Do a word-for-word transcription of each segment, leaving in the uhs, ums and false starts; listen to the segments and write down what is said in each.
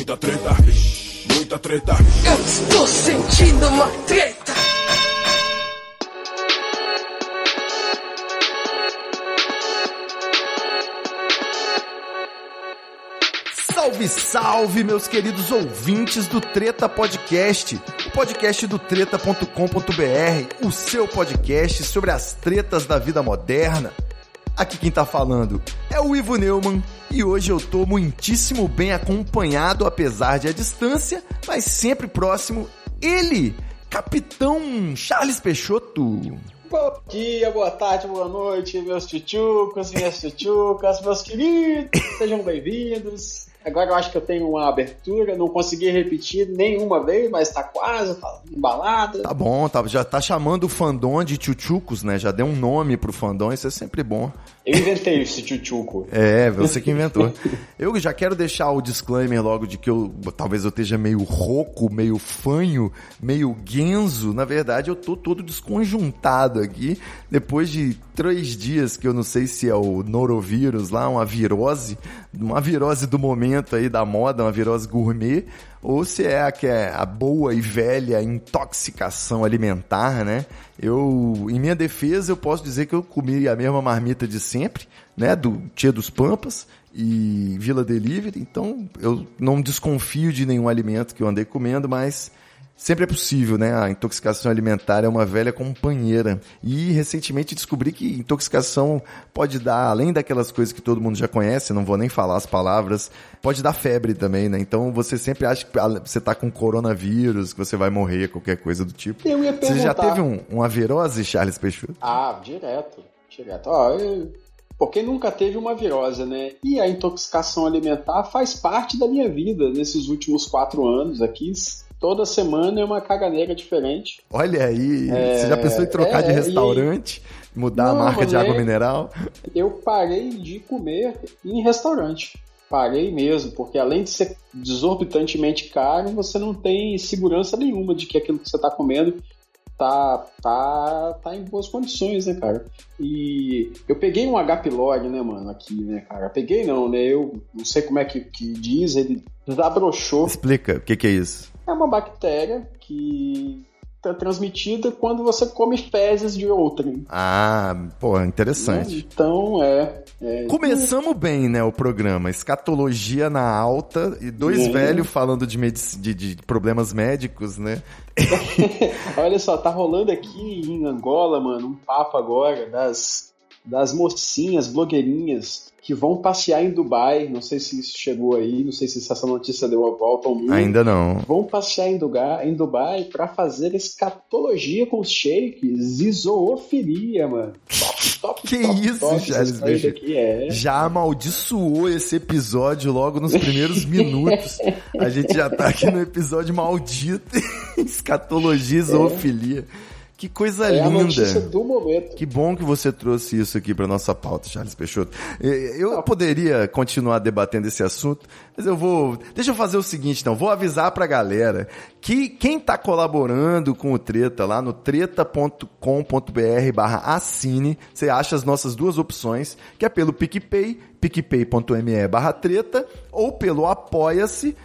Muita treta, muita treta. Eu estou sentindo uma treta. Salve, salve, meus queridos ouvintes do Treta Podcast, o podcast do treta ponto com ponto b r, o seu podcast sobre as tretas da vida moderna. Aqui quem tá falando é o Ivo Neumann e hoje eu tô muitíssimo bem acompanhado, apesar de a distância, mas sempre próximo, ele, Capitão Charles Peixoto. Bom dia, boa tarde, boa noite, meus tchutchucos, minhas tchutchucas, meus queridos, sejam bem-vindos. Agora eu acho que eu tenho uma abertura, não consegui repetir nenhuma vez, mas tá quase, tá embalado. Tá bom, tá, já tá chamando o fandom de tchutchucos, né? Já deu um nome pro fandom, isso é sempre bom. Eu inventei esse tchutchuco. É, você que inventou. Eu já quero deixar o disclaimer logo de que eu talvez eu esteja meio rouco, meio fanho, meio guenzo. Na verdade, eu tô todo desconjuntado aqui. Depois de três dias que eu não sei se é o norovírus lá, uma virose, uma virose do momento aí da moda, uma virose gourmet, ou se é a, que é a boa e velha intoxicação alimentar, né? Eu, em minha defesa, eu posso dizer que eu comi a mesma marmita de sempre, né? Do Tia dos Pampas e Vila Delivery, então eu não desconfio de nenhum alimento que eu andei comendo, mas sempre é possível, né? A intoxicação alimentar é uma velha companheira. E recentemente descobri que intoxicação pode dar, além daquelas coisas que todo mundo já conhece, não vou nem falar as palavras, pode dar febre também, né? Então você sempre acha que você tá com coronavírus, que você vai morrer, qualquer coisa do tipo. Eu ia perguntar. Você já teve um, uma virose, Charles Peixoto? Ah, direto, direto. Ó, eu... Pô, quem nunca teve uma virose, né? E a intoxicação alimentar faz parte da minha vida nesses últimos quatro anos aqui. Toda semana é uma caganeira diferente. Olha aí, é, você já pensou em trocar é, de restaurante? E... Mudar não, a marca de água é... mineral? Eu parei de comer em restaurante. Parei mesmo, porque além de ser desorbitantemente caro, você não tem segurança nenhuma de que aquilo que você está comendo tá, tá, tá em boas condições, né, cara? E eu peguei um H. pylori, né, mano, aqui, né, cara? Peguei não, né? Eu não sei como é que, que diz, ele desabrochou. Explica, o que, que é isso? É uma bactéria que é transmitida quando você come fezes de outrem. Ah, pô, interessante. Então, é... é... Começamos bem, né, o programa. Escatologia na alta e dois é. velhos falando de, medic... de, de problemas médicos, né? Olha só, tá rolando aqui em Angola, mano, um papo agora das, das mocinhas, blogueirinhas, que vão passear em Dubai. Não sei se isso chegou aí, não sei se essa notícia deu a volta ao mundo. Ainda não. Vão passear em Dubai, em Dubai para fazer escatologia com os sheiks e zoofilia, mano. Top, top, que top, isso, top, Charles Peixoto? É. Já amaldiçoou esse episódio logo nos primeiros minutos. A gente já tá aqui no episódio maldito. Escatologia e zoofilia. É. Que coisa é linda. A notícia do momento. Que bom que você trouxe isso aqui para nossa pauta, Charles Peixoto. Eu poderia continuar debatendo esse assunto, mas eu vou... Deixa eu fazer o seguinte, então. Vou avisar pra galera que quem tá colaborando com o Treta lá no treta ponto com ponto b r barra assine, você acha as nossas duas opções, que é pelo PicPay, picpay.me barra treta, ou pelo apoia-se,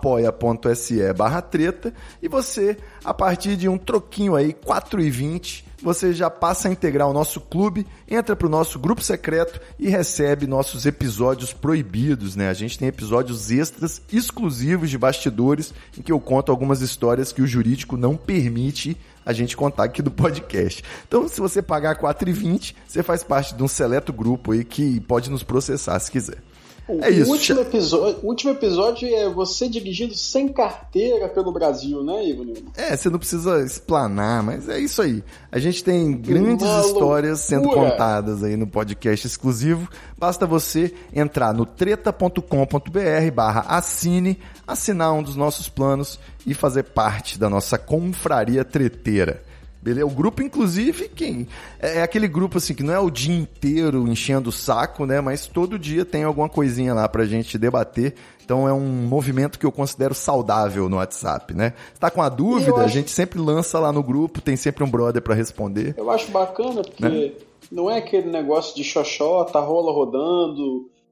apoia.se barra treta, e você, a partir de um troquinho aí, quatro e vinte, você já passa a integrar o nosso clube, entra pro nosso grupo secreto e recebe nossos episódios proibidos, né? A gente tem episódios extras exclusivos de bastidores em que eu conto algumas histórias que o jurídico não permite a gente contar aqui do podcast. Então, se você pagar quatro e vinte, você faz parte de um seleto grupo aí que pode nos processar se quiser. É isso. O último episódio, o último episódio é você dirigindo sem carteira pelo Brasil, né, Ivo? É, você não precisa explanar, mas é isso aí. A gente tem grandes Uma histórias sendo contadas aí no podcast exclusivo. Basta você entrar no treta ponto com ponto b r barra assine, assinar um dos nossos planos e fazer parte da nossa confraria treteira. Beleza? O grupo, inclusive, quem é aquele grupo assim que não é o dia inteiro enchendo o saco, né? Mas todo dia tem alguma coisinha lá pra gente debater. Então é um movimento que eu considero saudável no WhatsApp, né? Se tá com a dúvida, acho... a gente sempre lança lá no grupo, tem sempre um brother pra responder. Eu acho bacana porque, né? Não é aquele negócio de xoxota, rola rodando,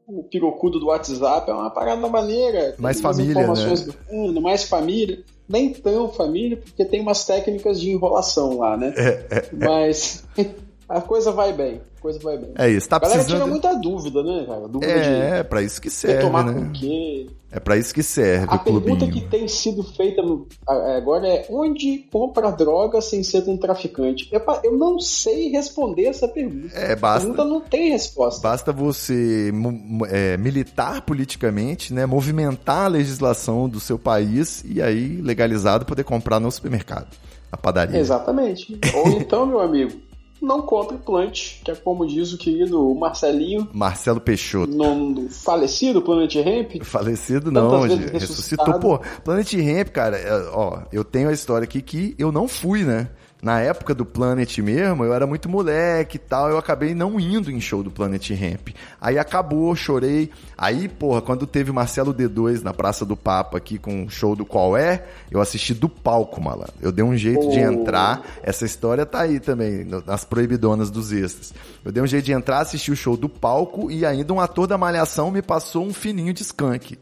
o pirocudo do WhatsApp é uma parada maneira. Mais família, informações né? Do, mais família. Nem tão família, porque tem umas técnicas de enrolação lá, né? É, é, Mas a coisa vai bem. A coisa vai bem. É isso, tá a galera precisando... tira muita dúvida, né, cara? Dúvida é, de é pra isso que serve, tomar né? com quê. É pra isso que serve a o clubinho. pergunta que tem sido feita no, agora é: onde compra droga sem ser com um traficante? Eu, eu não sei responder essa pergunta. É, basta, a pergunta não tem resposta. Basta você é, militar politicamente, né, movimentar a legislação do seu país e aí, legalizado, poder comprar no supermercado, na padaria. Exatamente. Ou então, meu amigo, não compre plant, que é como diz o querido Marcelinho. Marcelo Peixoto. No falecido Planet Hemp. Falecido não, ressuscitou. Pô, Planet Hemp, cara, ó, eu tenho a história aqui que eu não fui, né? Na época do Planet mesmo, eu era muito moleque e tal, eu acabei não indo em show do Planet Hemp. Aí acabou, chorei. Aí, porra, quando teve Marcelo D dois na Praça do Papa aqui com o show do Qual É, eu assisti do palco, malandro. Eu dei um jeito oh. de entrar, essa história tá aí também, nas proibidonas dos extras. Eu dei um jeito de entrar, assistir o show do palco e ainda um ator da Malhação me passou um fininho de skunk.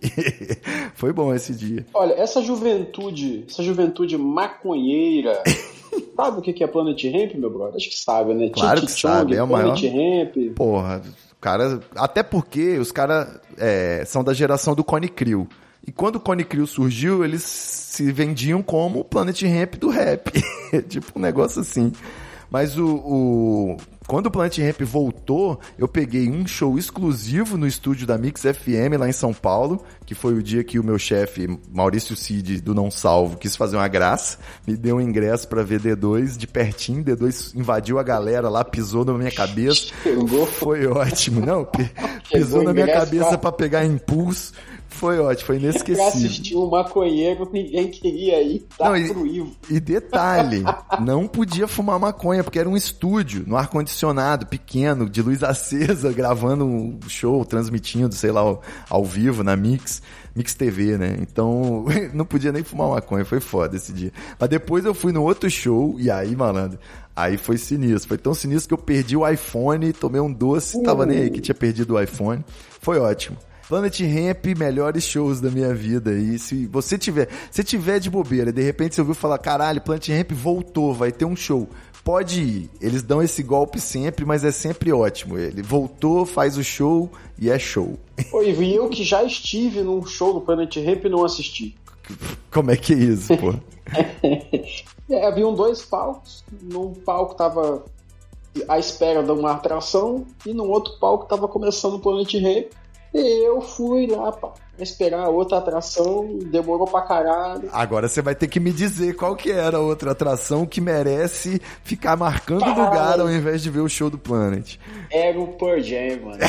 Foi bom esse dia. Olha, essa juventude, essa juventude maconheira... Sabe o que é Planet Hemp, meu brother? Acho que sabe, né? Claro que sabe, é o maior... Planet Hemp. Porra, cara... Até porque os caras é, são da geração do Cone Crew. E quando o Cone Crew surgiu, eles se vendiam como o Planet Hemp do rap. Tipo um negócio assim. Mas o... o... Quando o Planet Hemp voltou, eu peguei um show exclusivo no estúdio da Mix F M lá em São Paulo, que foi o dia que o meu chefe, Maurício Cid, do Não Salvo, quis fazer uma graça, me deu um ingresso pra ver D dois de pertinho, D dois invadiu a galera lá, pisou na minha cabeça, foi ótimo, não, pisou na minha cabeça pra pegar impulso. Foi ótimo, foi inesquecível. Pra assistir um maconheiro, ninguém queria ir, tá não, e, pro Ivo. E detalhe, não podia fumar maconha, porque era um estúdio, no ar-condicionado, pequeno, de luz acesa, gravando um show, transmitindo, sei lá, ao, ao vivo, na Mix, Mix T V, né? Então, não podia nem fumar maconha, foi foda esse dia. Mas depois eu fui no outro show, e aí, malandro, aí foi sinistro. Foi tão sinistro que eu perdi o iPhone, tomei um doce, uh. tava nem aí que tinha perdido o iPhone. Foi ótimo. Planet Hemp, melhores shows da minha vida. E se você tiver, se tiver de bobeira, de repente você ouviu falar, caralho, Planet Hemp voltou, vai ter um show. Pode ir. Eles dão esse golpe sempre, mas é sempre ótimo. Ele voltou, faz o show e é show. Oi, e eu que já estive num show do Planet Hemp e não assisti. Como é que é isso, pô? é, haviam dois palcos. Num palco tava à espera de uma atração e no outro palco tava começando o Planet Hemp. E eu fui lá pra esperar outra atração, demorou pra caralho. Agora você vai ter que me dizer qual que era a outra atração que merece ficar marcando o lugar ao invés de ver o show do Planet. Era o Pearl Jam, mano.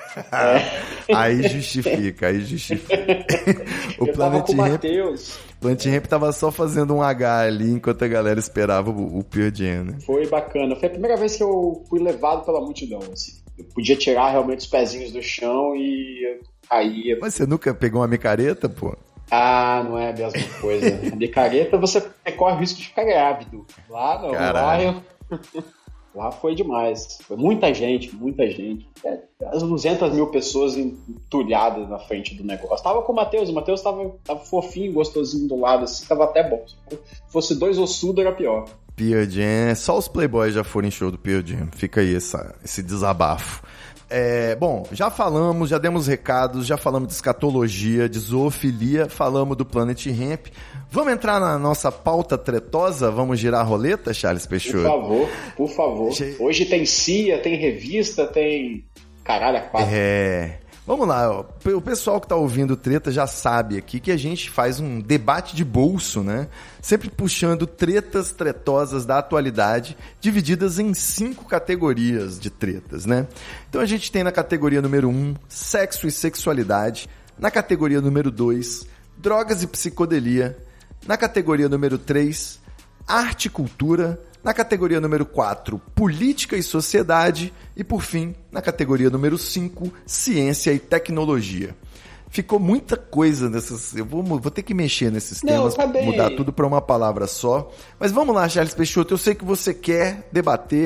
é. Aí justifica, aí justifica. O eu Planet tava com o Ramp, Matheus. Planet Ramp tava só fazendo um H ali enquanto a galera esperava o, o Pearl Jam, né? Foi bacana. Foi a primeira vez que eu fui levado pela multidão, assim. Eu podia tirar realmente os pezinhos do chão e eu caía. Mas você nunca pegou uma micareta, pô? Ah, não é a mesma coisa. A micareta você corre o risco de ficar grávido. Lá não, lá eu... Lá foi demais. Foi muita gente, muita gente. É, as duzentas mil pessoas entulhadas na frente do negócio. Tava com o Matheus, o Matheus tava, tava fofinho, gostosinho do lado, assim, tava até bom. Se fosse dois ossudos, era pior. Pearl Jam, só os playboys já foram em show do Pearl Jam. Fica aí essa, esse desabafo. É, bom, já falamos, já demos recados, já falamos de escatologia, de zoofilia, falamos do Planet Hemp. Vamos entrar na nossa pauta tretosa? Vamos girar a roleta, Charles Peixoto? Por favor, por favor. Hoje tem C I A, tem revista, tem... Caralho, a quatro. É... Vamos lá, ó. O pessoal que tá ouvindo o Treta já sabe aqui que a gente faz um debate de bolso, né? Sempre puxando tretas tretosas da atualidade, divididas em cinco categorias de tretas, né? Então a gente tem na categoria número um, sexo e sexualidade. Na categoria número dois, drogas e psicodelia. Na categoria número três, arte e cultura. Na categoria número quatro, política e sociedade. E, por fim, na categoria número cinco, ciência e tecnologia. Ficou muita coisa nessas... Eu vou, vou ter que mexer nesses Não, temas, tá bem. Mudar tudo para uma palavra só. Mas vamos lá, Charles Peixoto. Eu sei que você quer debater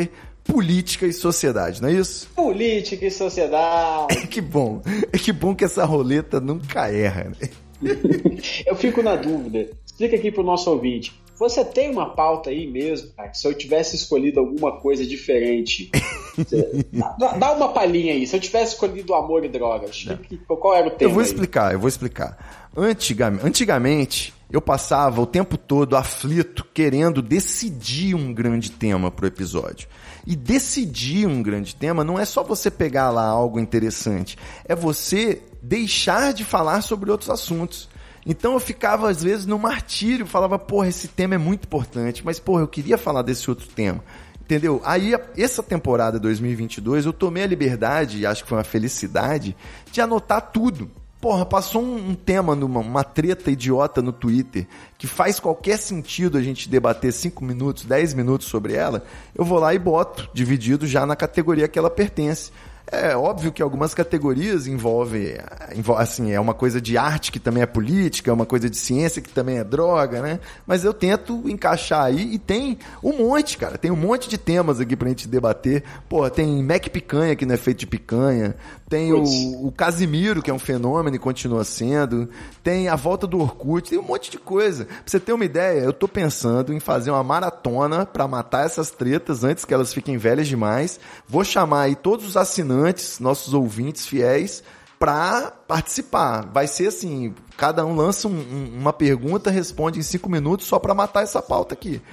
política e sociedade, não é isso? Política e sociedade. Que bom. Que bom que essa roleta nunca erra, né? Eu fico na dúvida. Explica aqui pro nosso ouvinte. Você tem uma pauta aí mesmo, cara? Se eu tivesse escolhido alguma coisa diferente, dá, dá uma palhinha aí. Se eu tivesse escolhido amor e drogas, que, qual era o tema? Eu vou aí? explicar, eu vou explicar. Antigamente, antigamente, eu passava o tempo todo aflito, querendo decidir um grande tema pro episódio. E decidir um grande tema não é só você pegar lá algo interessante, é você deixar de falar sobre outros assuntos. Então eu ficava, às vezes, no martírio, falava, porra, esse tema é muito importante, mas, porra, eu queria falar desse outro tema, entendeu? Aí, essa temporada dois mil e vinte e dois, eu tomei a liberdade, e acho que foi uma felicidade, de anotar tudo. Porra, passou um, um tema, numa, uma treta idiota no Twitter, que faz qualquer sentido a gente debater cinco minutos, dez minutos sobre ela, eu vou lá e boto, dividido já na categoria que ela pertence. É óbvio que algumas categorias envolvem, assim, é uma coisa de arte que também é política, é uma coisa de ciência que também é droga, né? Mas eu tento encaixar aí e tem um monte, cara, tem um monte de temas aqui pra gente debater. Pô, tem Mac Picanha, que não é feito de picanha, tem o, o Casimiro, que é um fenômeno e continua sendo, tem a volta do Orkut, tem um monte de coisa. Pra você ter uma ideia, eu tô pensando em fazer uma maratona pra matar essas tretas antes que elas fiquem velhas demais. Vou chamar aí todos os assinantes, nossos ouvintes fiéis, para participar. Vai ser assim, cada um lança um, um, uma pergunta, responde em cinco minutos só para matar essa pauta aqui.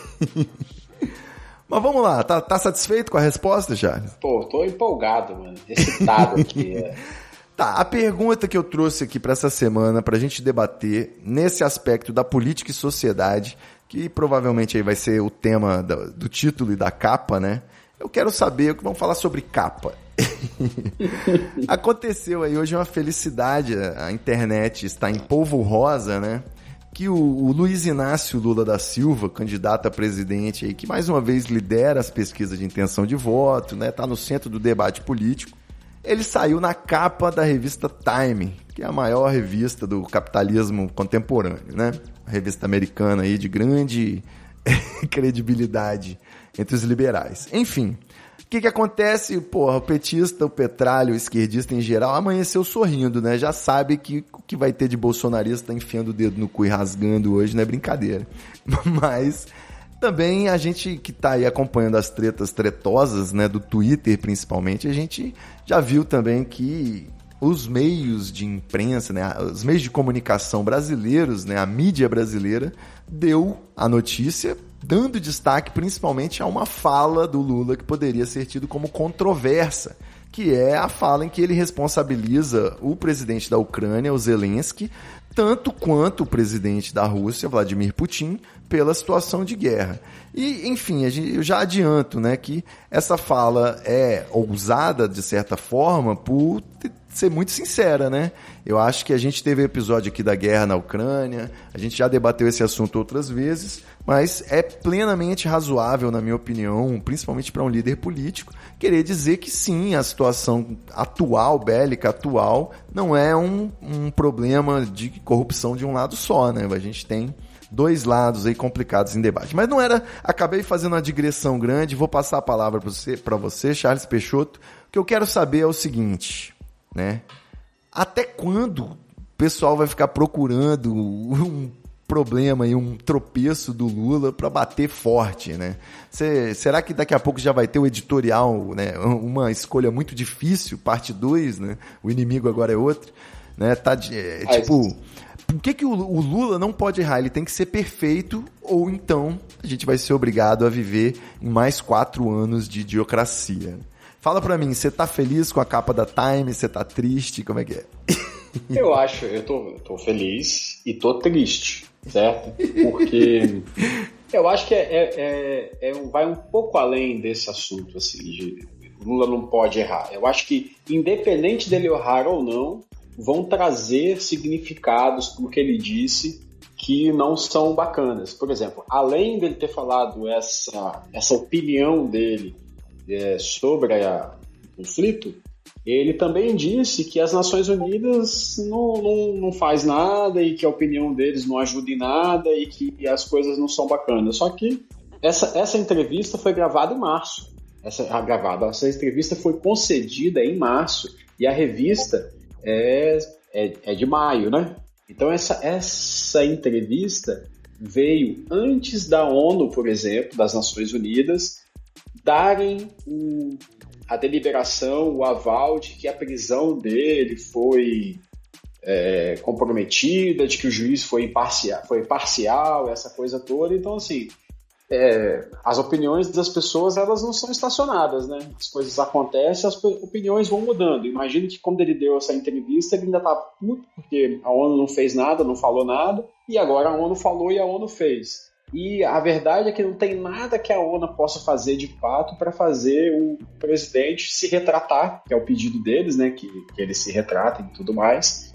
Mas vamos lá, tá, tá satisfeito com a resposta, Charles? Pô, tô empolgado, mano, excitado aqui. É. Tá, a pergunta que eu trouxe aqui para essa semana, pra gente debater nesse aspecto da política e sociedade, que provavelmente aí vai ser o tema do, do título e da capa, né? Eu quero saber, vamos falar sobre capa. Aconteceu aí hoje uma felicidade, a internet está em polvo rosa, né? Que o, o Luiz Inácio Lula da Silva, candidato a presidente aí, que mais uma vez lidera as pesquisas de intenção de voto, né? Tá no centro do debate político. Ele saiu na capa da revista Time, que é a maior revista do capitalismo contemporâneo, né? Uma revista americana aí de grande credibilidade entre os liberais. Enfim, o que que acontece? Porra, o petista, o petralho, o esquerdista em geral, amanheceu sorrindo, né? Já sabe que o que vai ter de bolsonarista enfiando o dedo no cu e rasgando hoje não é brincadeira. Mas também a gente que tá aí acompanhando as tretas tretosas, né, do Twitter principalmente, a gente já viu também que os meios de imprensa, né, os meios de comunicação brasileiros, né, a mídia brasileira, deu a notícia dando destaque principalmente a uma fala do Lula que poderia ser tido como controversa, que é a fala em que ele responsabiliza o presidente da Ucrânia, o Zelensky, tanto quanto o presidente da Rússia, Vladimir Putin, pela situação de guerra. E, enfim, eu já adianto, né, que essa fala é ousada, de certa forma, por ser muito sincera, né? Eu acho que a gente teve episódio aqui da guerra na Ucrânia, a gente já debateu esse assunto outras vezes, mas é plenamente razoável, na minha opinião, principalmente para um líder político, querer dizer que sim, a situação atual, bélica atual, não é um, um problema de corrupção de um lado só, né? A gente tem dois lados aí complicados em debate. Mas não era... Acabei fazendo uma digressão grande, vou passar a palavra para você, para você, Charles Peixoto. O que eu quero saber é o seguinte, né? Até quando o pessoal vai ficar procurando um problema e um tropeço do Lula para bater forte, né? Cê, será que daqui a pouco já vai ter o editorial, né? Uma escolha muito difícil, parte dois, né? O inimigo agora é outro, né? Tá de, é, tipo, por que que o, o Lula não pode errar? Ele tem que ser perfeito, ou então a gente vai ser obrigado a viver em mais quatro anos de idiocracia. Fala pra mim, você tá feliz com a capa da Time? Você tá triste? Como é que é? Eu acho, eu tô, eu tô feliz e tô triste, certo? Porque eu acho que é, é, é, é, vai um pouco além desse assunto, assim, de Lula não pode errar. Eu acho que, independente dele errar ou não, vão trazer significados pro que ele disse que não são bacanas. Por exemplo, além dele ter falado essa, essa opinião dele é, sobre a, o conflito, ele também disse que as Nações Unidas não, não, não faz nada e que a opinião deles não ajuda em nada e que as coisas não são bacanas. Só que essa, essa entrevista foi gravada em março. essa a gravada, essa entrevista foi concedida em março e a revista é, é, é de maio, né? Então essa, essa entrevista veio antes da ONU, por exemplo, das Nações Unidas, darem o, a deliberação, o aval de que a prisão dele foi é, comprometida, de que o juiz foi imparcial, foi parcial, essa coisa toda. Então, assim, é, as opiniões das pessoas, elas não são estacionadas, né? As coisas acontecem, as opiniões vão mudando. Imagino que quando ele deu essa entrevista, ele ainda estava puto, porque a ONU não fez nada, não falou nada, e agora a ONU falou e a ONU fez. E a verdade é que não tem nada que a ONU possa fazer de fato para fazer o presidente se retratar, que é o pedido deles, né? Que, que eles se retratem e tudo mais.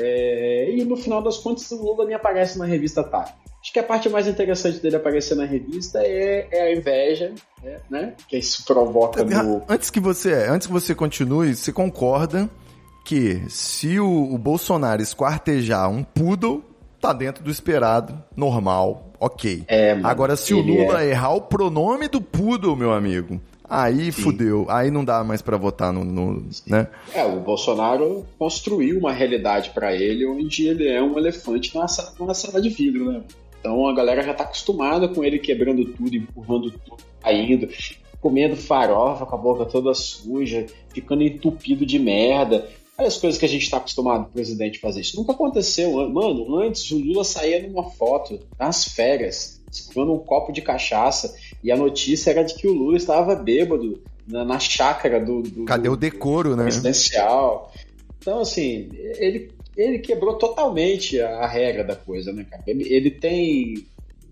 É, e no final das contas, o Lula nem aparece na revista Time. Acho que a parte mais interessante dele aparecer na revista é, é a inveja, é, né? Que isso provoca no... Antes que você, antes que você continue, você concorda que se o, o Bolsonaro esquartejar um poodle, tá dentro do esperado, normal, ok. É, mano, agora, se o Lula é... errar o pronome do poodle, meu amigo, aí Sim. fudeu. Aí não dá mais pra votar no... no né? É, o Bolsonaro construiu uma realidade pra ele onde ele é um elefante numa sala, numa sala de vidro, né? Então a galera já tá acostumada com ele quebrando tudo, empurrando tudo, caindo, comendo farofa com a boca toda suja, ficando entupido de merda. Olha as coisas que a gente tá acostumado o presidente fazer. Isso nunca aconteceu. Mano, antes o Lula saía numa foto, nas férias, segurando um copo de cachaça, e a notícia era de que o Lula estava bêbado na, na chácara do, do... Cadê do, o decoro, né? Presidencial. Então, assim, ele... ele quebrou totalmente a regra da coisa, né, cara? Ele, ele tem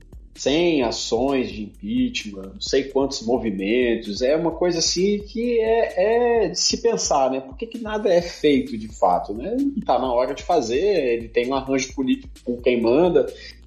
cem ações de impeachment, não sei quantos movimentos, é uma coisa assim que é, é de se pensar, né? Por que, que nada é feito de fato, né? Não tá na hora de fazer, ele tem um arranjo político com quem manda.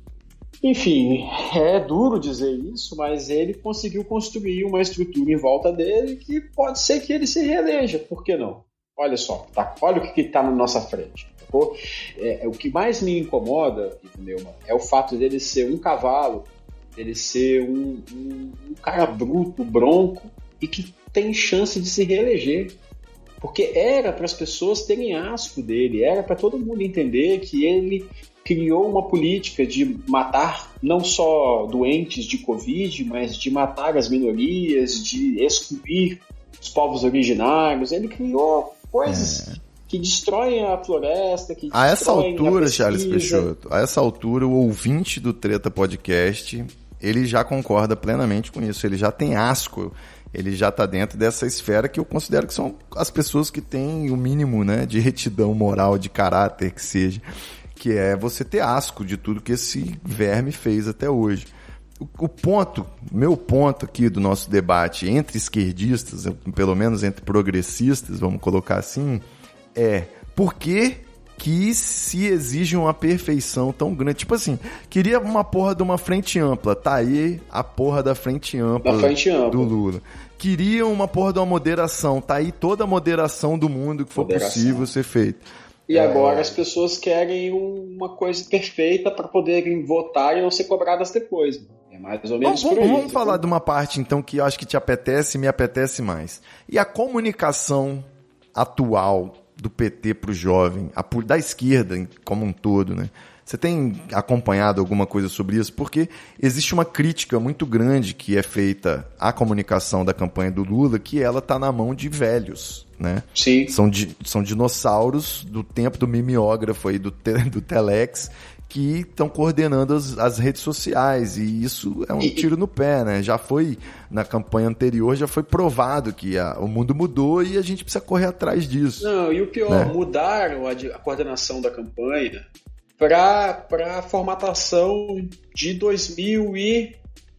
Enfim, é duro dizer isso, mas ele conseguiu construir uma estrutura em volta dele que pode ser que ele se reeleja, por que não? Olha só, tá, olha o que está na nossa frente. É, é, o que mais me incomoda, entendeu, mano, é o fato dele ser um cavalo, dele ser um, um, um cara bruto, bronco, e que tem chance de se reeleger. Porque era para as pessoas terem asco dele, era para todo mundo entender que ele criou uma política de matar não só doentes de Covid, mas de matar as minorias, de excluir os povos originários. Ele criou coisas... É. que destroem a floresta, que a essa altura, a Charles Peixoto, a essa altura, o ouvinte do Treta Podcast, ele já concorda plenamente com isso, ele já tem asco, ele já está dentro dessa esfera que eu considero que são as pessoas que têm o mínimo, né, de retidão moral, de caráter que seja, que é você ter asco de tudo que esse verme fez até hoje. O, o ponto, meu ponto aqui do nosso debate entre esquerdistas, pelo menos entre progressistas, vamos colocar assim, é, por que que se exige uma perfeição tão grande? Tipo assim, queria uma porra de uma frente ampla, tá aí a porra da frente ampla, da frente ampla. do Lula. Queria uma porra de uma moderação, tá aí toda a moderação do mundo que for moderação. possível ser feita. E é... agora as pessoas querem uma coisa perfeita para poderem votar e não ser cobradas depois. É mais ou menos vamos, por aí. Vamos falar de uma parte então que eu acho que te apetece e me apetece mais. E a comunicação atual do P T pro jovem, a, da esquerda como um todo, né? Você tem acompanhado alguma coisa sobre isso? Porque existe uma crítica muito grande que é feita à comunicação da campanha do Lula, que ela tá na mão de velhos, né? Sim. São, di, são dinossauros do tempo do mimeógrafo aí, do, te, do Telex, que estão coordenando as, as redes sociais, e isso é um e, tiro no pé, né? Já foi, na campanha anterior, já foi provado que a, o mundo mudou e a gente precisa correr atrás disso. Não, e o pior, né? Mudaram a, a coordenação da campanha para a formatação de dois mil e,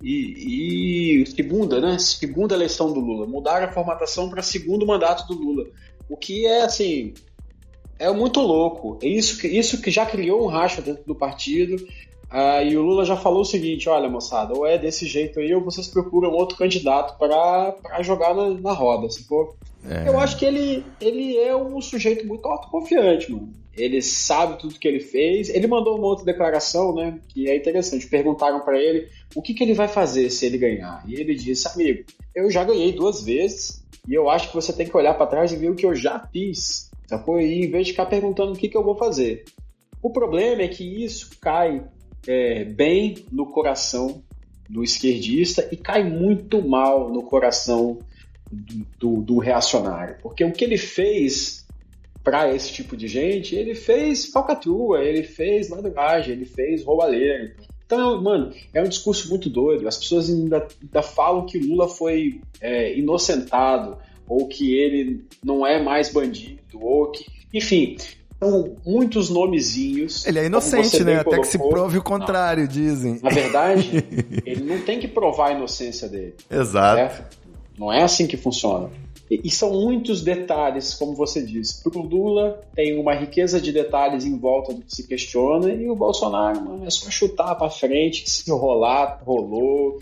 e, e segunda, né? Segunda eleição do Lula. Mudaram a formatação para segundo mandato do Lula. O que é, assim... é muito louco. É isso que, isso que já criou um racha dentro do partido. Ah, e o Lula já falou o seguinte: olha, moçada, ou é desse jeito aí, ou vocês procuram outro candidato para jogar na, na roda. Se for. É. Eu acho que ele, ele é um sujeito muito autoconfiante, mano. ele sabe tudo que ele fez. Ele mandou uma outra declaração, né, que é interessante. Perguntaram para ele o que, que ele vai fazer se ele ganhar. E ele disse, amigo, eu já ganhei duas vezes e eu acho que você tem que olhar para trás e ver o que eu já fiz, sacou? E em vez de ficar perguntando o que, que eu vou fazer. O problema é que isso cai é, bem no coração do esquerdista e cai muito mal no coração do, do, do reacionário. Porque o que ele fez para esse tipo de gente, ele fez falcatrua, ele fez ladragem, ele fez roubalheira. Então, mano, é um discurso muito doido. As pessoas ainda, ainda falam que Lula foi é, inocentado, ou que ele não é mais bandido, ou que... Enfim, são muitos nomezinhos. Ele é inocente, né? Até colocou, que se prove o contrário, não. Dizem. Na verdade, ele não tem que provar a inocência dele. Exato. Né? Não é assim que funciona. E são muitos detalhes, como você disse. Para o Lula, tem uma riqueza de detalhes em volta do que se questiona, e o Bolsonaro, mano, é só chutar para frente, se rolar, rolou.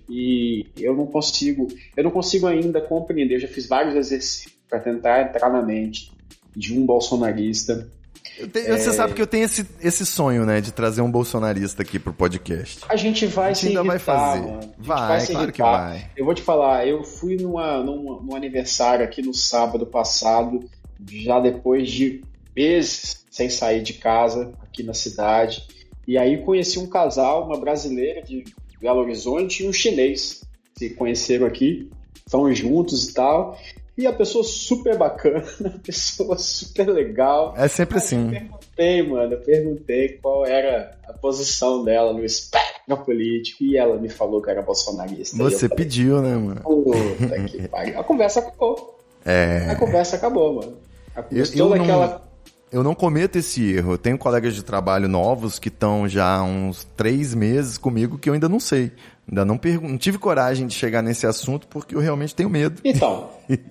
E eu não consigo, eu não consigo ainda compreender. Eu já fiz vários exercícios para tentar entrar na mente de um bolsonarista. Eu te, é... Você sabe que eu tenho esse, esse sonho, né, de trazer um bolsonarista aqui pro podcast. A gente vai a gente se ainda irritar, vai fazer. Mano. Vai, vai claro irritar. Que vai. Eu vou te falar, eu fui numa, numa, num aniversário aqui no sábado passado, já depois de meses sem sair de casa aqui na cidade, e aí conheci um casal, uma brasileira de Belo Horizonte e um chinês, se conheceram aqui, estão juntos e tal. E a pessoa super bacana, a pessoa super legal. É sempre Aí assim. Eu perguntei, mano, eu perguntei qual era a posição dela no espectro político e ela me falou que era bolsonarista. Você falei, pediu, né, mano? Puta que pariu. A conversa acabou. É... A conversa acabou, mano. A eu, eu, não, daquela... eu não cometo esse erro. Eu tenho colegas de trabalho novos que estão já há uns três meses comigo que eu ainda não sei. Ainda não, pergun- não tive coragem de chegar nesse assunto porque eu realmente tenho medo. Então,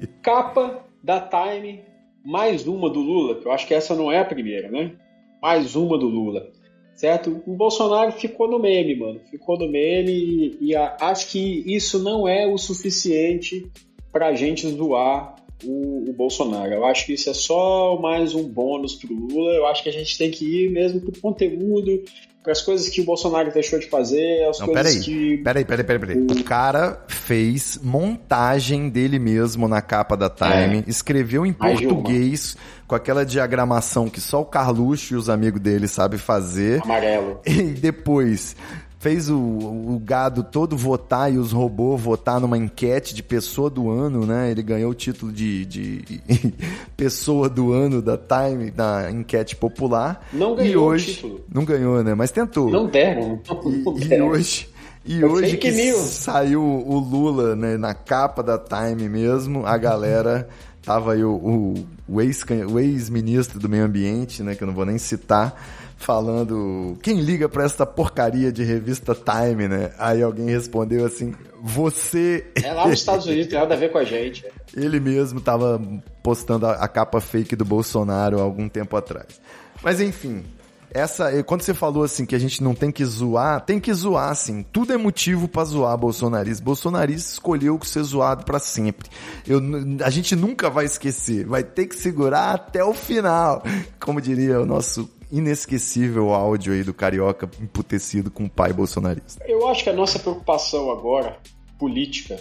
capa da Time, mais uma do Lula, que eu acho que essa não é a primeira, né? Mais uma do Lula, certo? O Bolsonaro ficou no meme, mano. Ficou no meme e, e a, acho que isso não é o suficiente pra gente zoar o, o Bolsonaro. Eu acho que isso é só mais um bônus pro Lula. Eu acho que a gente tem que ir mesmo pro conteúdo, para as coisas que o Bolsonaro deixou de fazer, as não, coisas peraí, que... Peraí, peraí, peraí, peraí. O cara fez montagem dele mesmo na capa da Time, é. escreveu em Mais português, com aquela diagramação que só o Carluxo e os amigos dele sabem fazer. Amarelo. E depois fez o, o gado todo votar e os robôs votar numa enquete de pessoa do ano, né? Ele ganhou o título de, de pessoa do ano da Time, da enquete popular. Não ganhou e hoje, o título. Não ganhou, né? Mas tentou. Não deram. Não e, deram. e hoje, e hoje que news. saiu o Lula, né, na capa da Time mesmo, a galera... Tava aí o, o, o, ex, o ex-ministro do meio ambiente, né, que eu não vou nem citar, falando, quem liga pra essa porcaria de revista Time, né? Aí alguém respondeu assim, você... É lá nos Estados Unidos, tem nada a ver com a gente. Ele mesmo tava postando a, a capa fake do Bolsonaro há algum tempo atrás. Mas enfim... Essa, quando você falou assim que a gente não tem que zoar, tem que zoar assim. Tudo é motivo pra zoar bolsonarista. Bolsonarista escolheu ser zoado pra sempre. Eu, a gente nunca vai esquecer. Vai ter que segurar até o final. Como diria o nosso inesquecível áudio aí do Carioca emputecido com o pai bolsonarista. Eu acho que a nossa preocupação agora, política,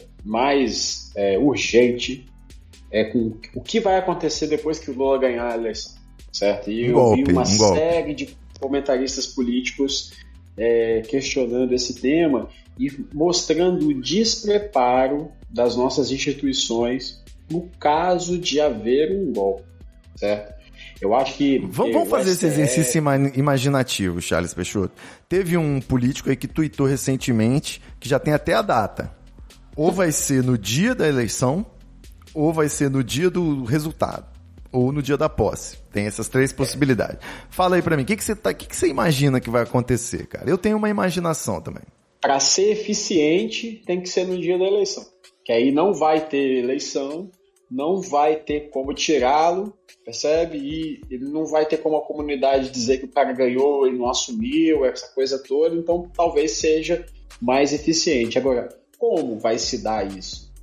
mais é, urgente, é com o que vai acontecer depois que o Lula ganhar a eleição. Certo? E eu golpe, vi uma um série golpe. de comentaristas políticos é, questionando esse tema e mostrando o despreparo das nossas instituições no caso de haver um golpe, certo? Eu acho que... Vamos, vamos fazer esse exercício ima- imaginativo, Charles Peixoto. Teve um político aí que tuitou recentemente, que já tem até a data. Ou vai ser no dia da eleição, ou vai ser no dia do resultado. Ou no dia da posse. Tem essas três possibilidades. Fala aí pra mim, o que, que, você tá, que, que você imagina que vai acontecer, cara? Eu tenho uma imaginação também. Para ser eficiente, tem que ser no dia da eleição. Que aí não vai ter eleição, não vai ter como tirá-lo, percebe? E ele não vai ter como a comunidade dizer que o cara ganhou e não assumiu, essa coisa toda. Então, talvez seja mais eficiente. Agora, como vai se dar isso?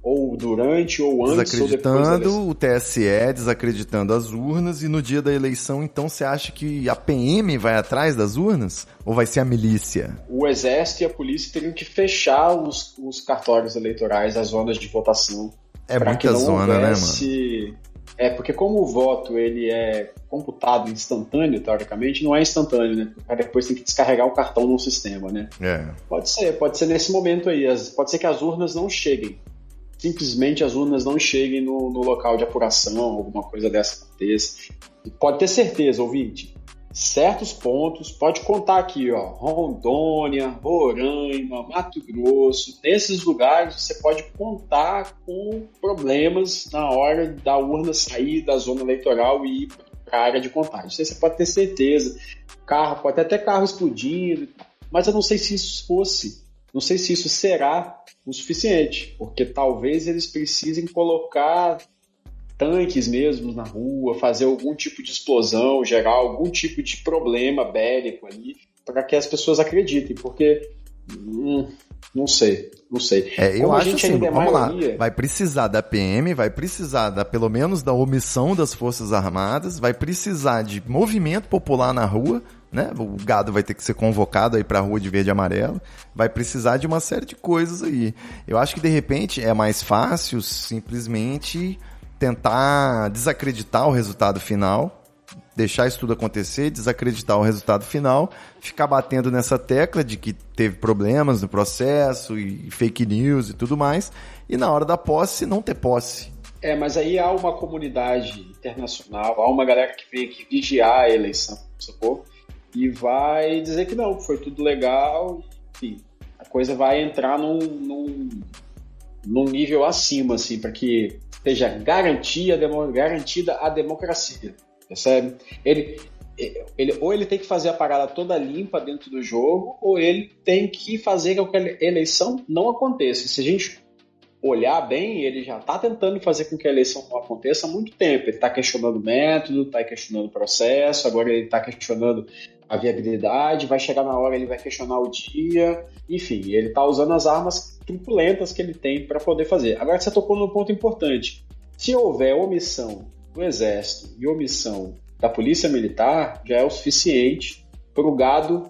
ou durante, ou antes, ou depois da eleição. Desacreditando o T S E, desacreditando as urnas, e no dia da eleição, então, você acha que a P M vai atrás das urnas? Ou vai ser a milícia? O Exército e a polícia teriam que fechar os, os cartórios eleitorais, as zonas de votação. É muita zona, houvesse... né, mano? É, porque como o voto ele é computado instantâneo, teoricamente, não é instantâneo, né? O cara depois tem que descarregar o cartão no sistema, né? É. Pode ser, pode ser nesse momento aí. As, pode ser que as urnas não cheguem. Simplesmente as urnas não cheguem no, no local de apuração, alguma coisa dessa aconteça. E pode ter certeza, ouvinte, certos pontos, pode contar aqui, ó, Rondônia, Roraima, Mato Grosso, nesses lugares você pode contar com problemas na hora da urna sair da zona eleitoral e ir para a área de contagem. Isso aí você pode ter certeza. Carro, pode até ter carro explodindo, mas eu não sei se isso fosse, não sei se isso será o suficiente, porque talvez eles precisem colocar tanques mesmo na rua, fazer algum tipo de explosão, gerar algum tipo de problema bélico ali, para que as pessoas acreditem, porque hum, não sei, não sei. É, eu Como a acho gente assim, ainda é vamos maioria... lá, vai precisar da P M, vai precisar da, pelo menos da omissão das Forças Armadas, vai precisar de movimento popular na rua, né? O gado vai ter que ser convocado aí pra rua de verde e amarelo, vai precisar de uma série de coisas aí. Eu acho que de repente é mais fácil simplesmente tentar desacreditar o resultado final, deixar isso tudo acontecer, desacreditar o resultado final, ficar batendo nessa tecla de que teve problemas no processo e fake news e tudo mais, e na hora da posse não ter posse. É, mas aí há uma comunidade internacional, há uma galera que vem aqui vigiar a eleição, sacou? E vai dizer que não, foi tudo legal, enfim, a coisa vai entrar num, num, num nível acima, assim, para que seja garantia, garantida a democracia, percebe? Ele, ele, ou ele tem que fazer a parada toda limpa dentro do jogo, ou ele tem que fazer com que a eleição não aconteça. Se a gente olhar bem, ele já está tentando fazer com que a eleição não aconteça há muito tempo. Ele está questionando o método, está questionando o processo, agora ele está questionando a viabilidade, vai chegar na hora, ele vai questionar o dia, enfim, ele está usando as armas truculentas que ele tem para poder fazer. Agora você tocou num ponto importante. Se houver omissão do Exército e omissão da Polícia Militar, já é o suficiente para o gado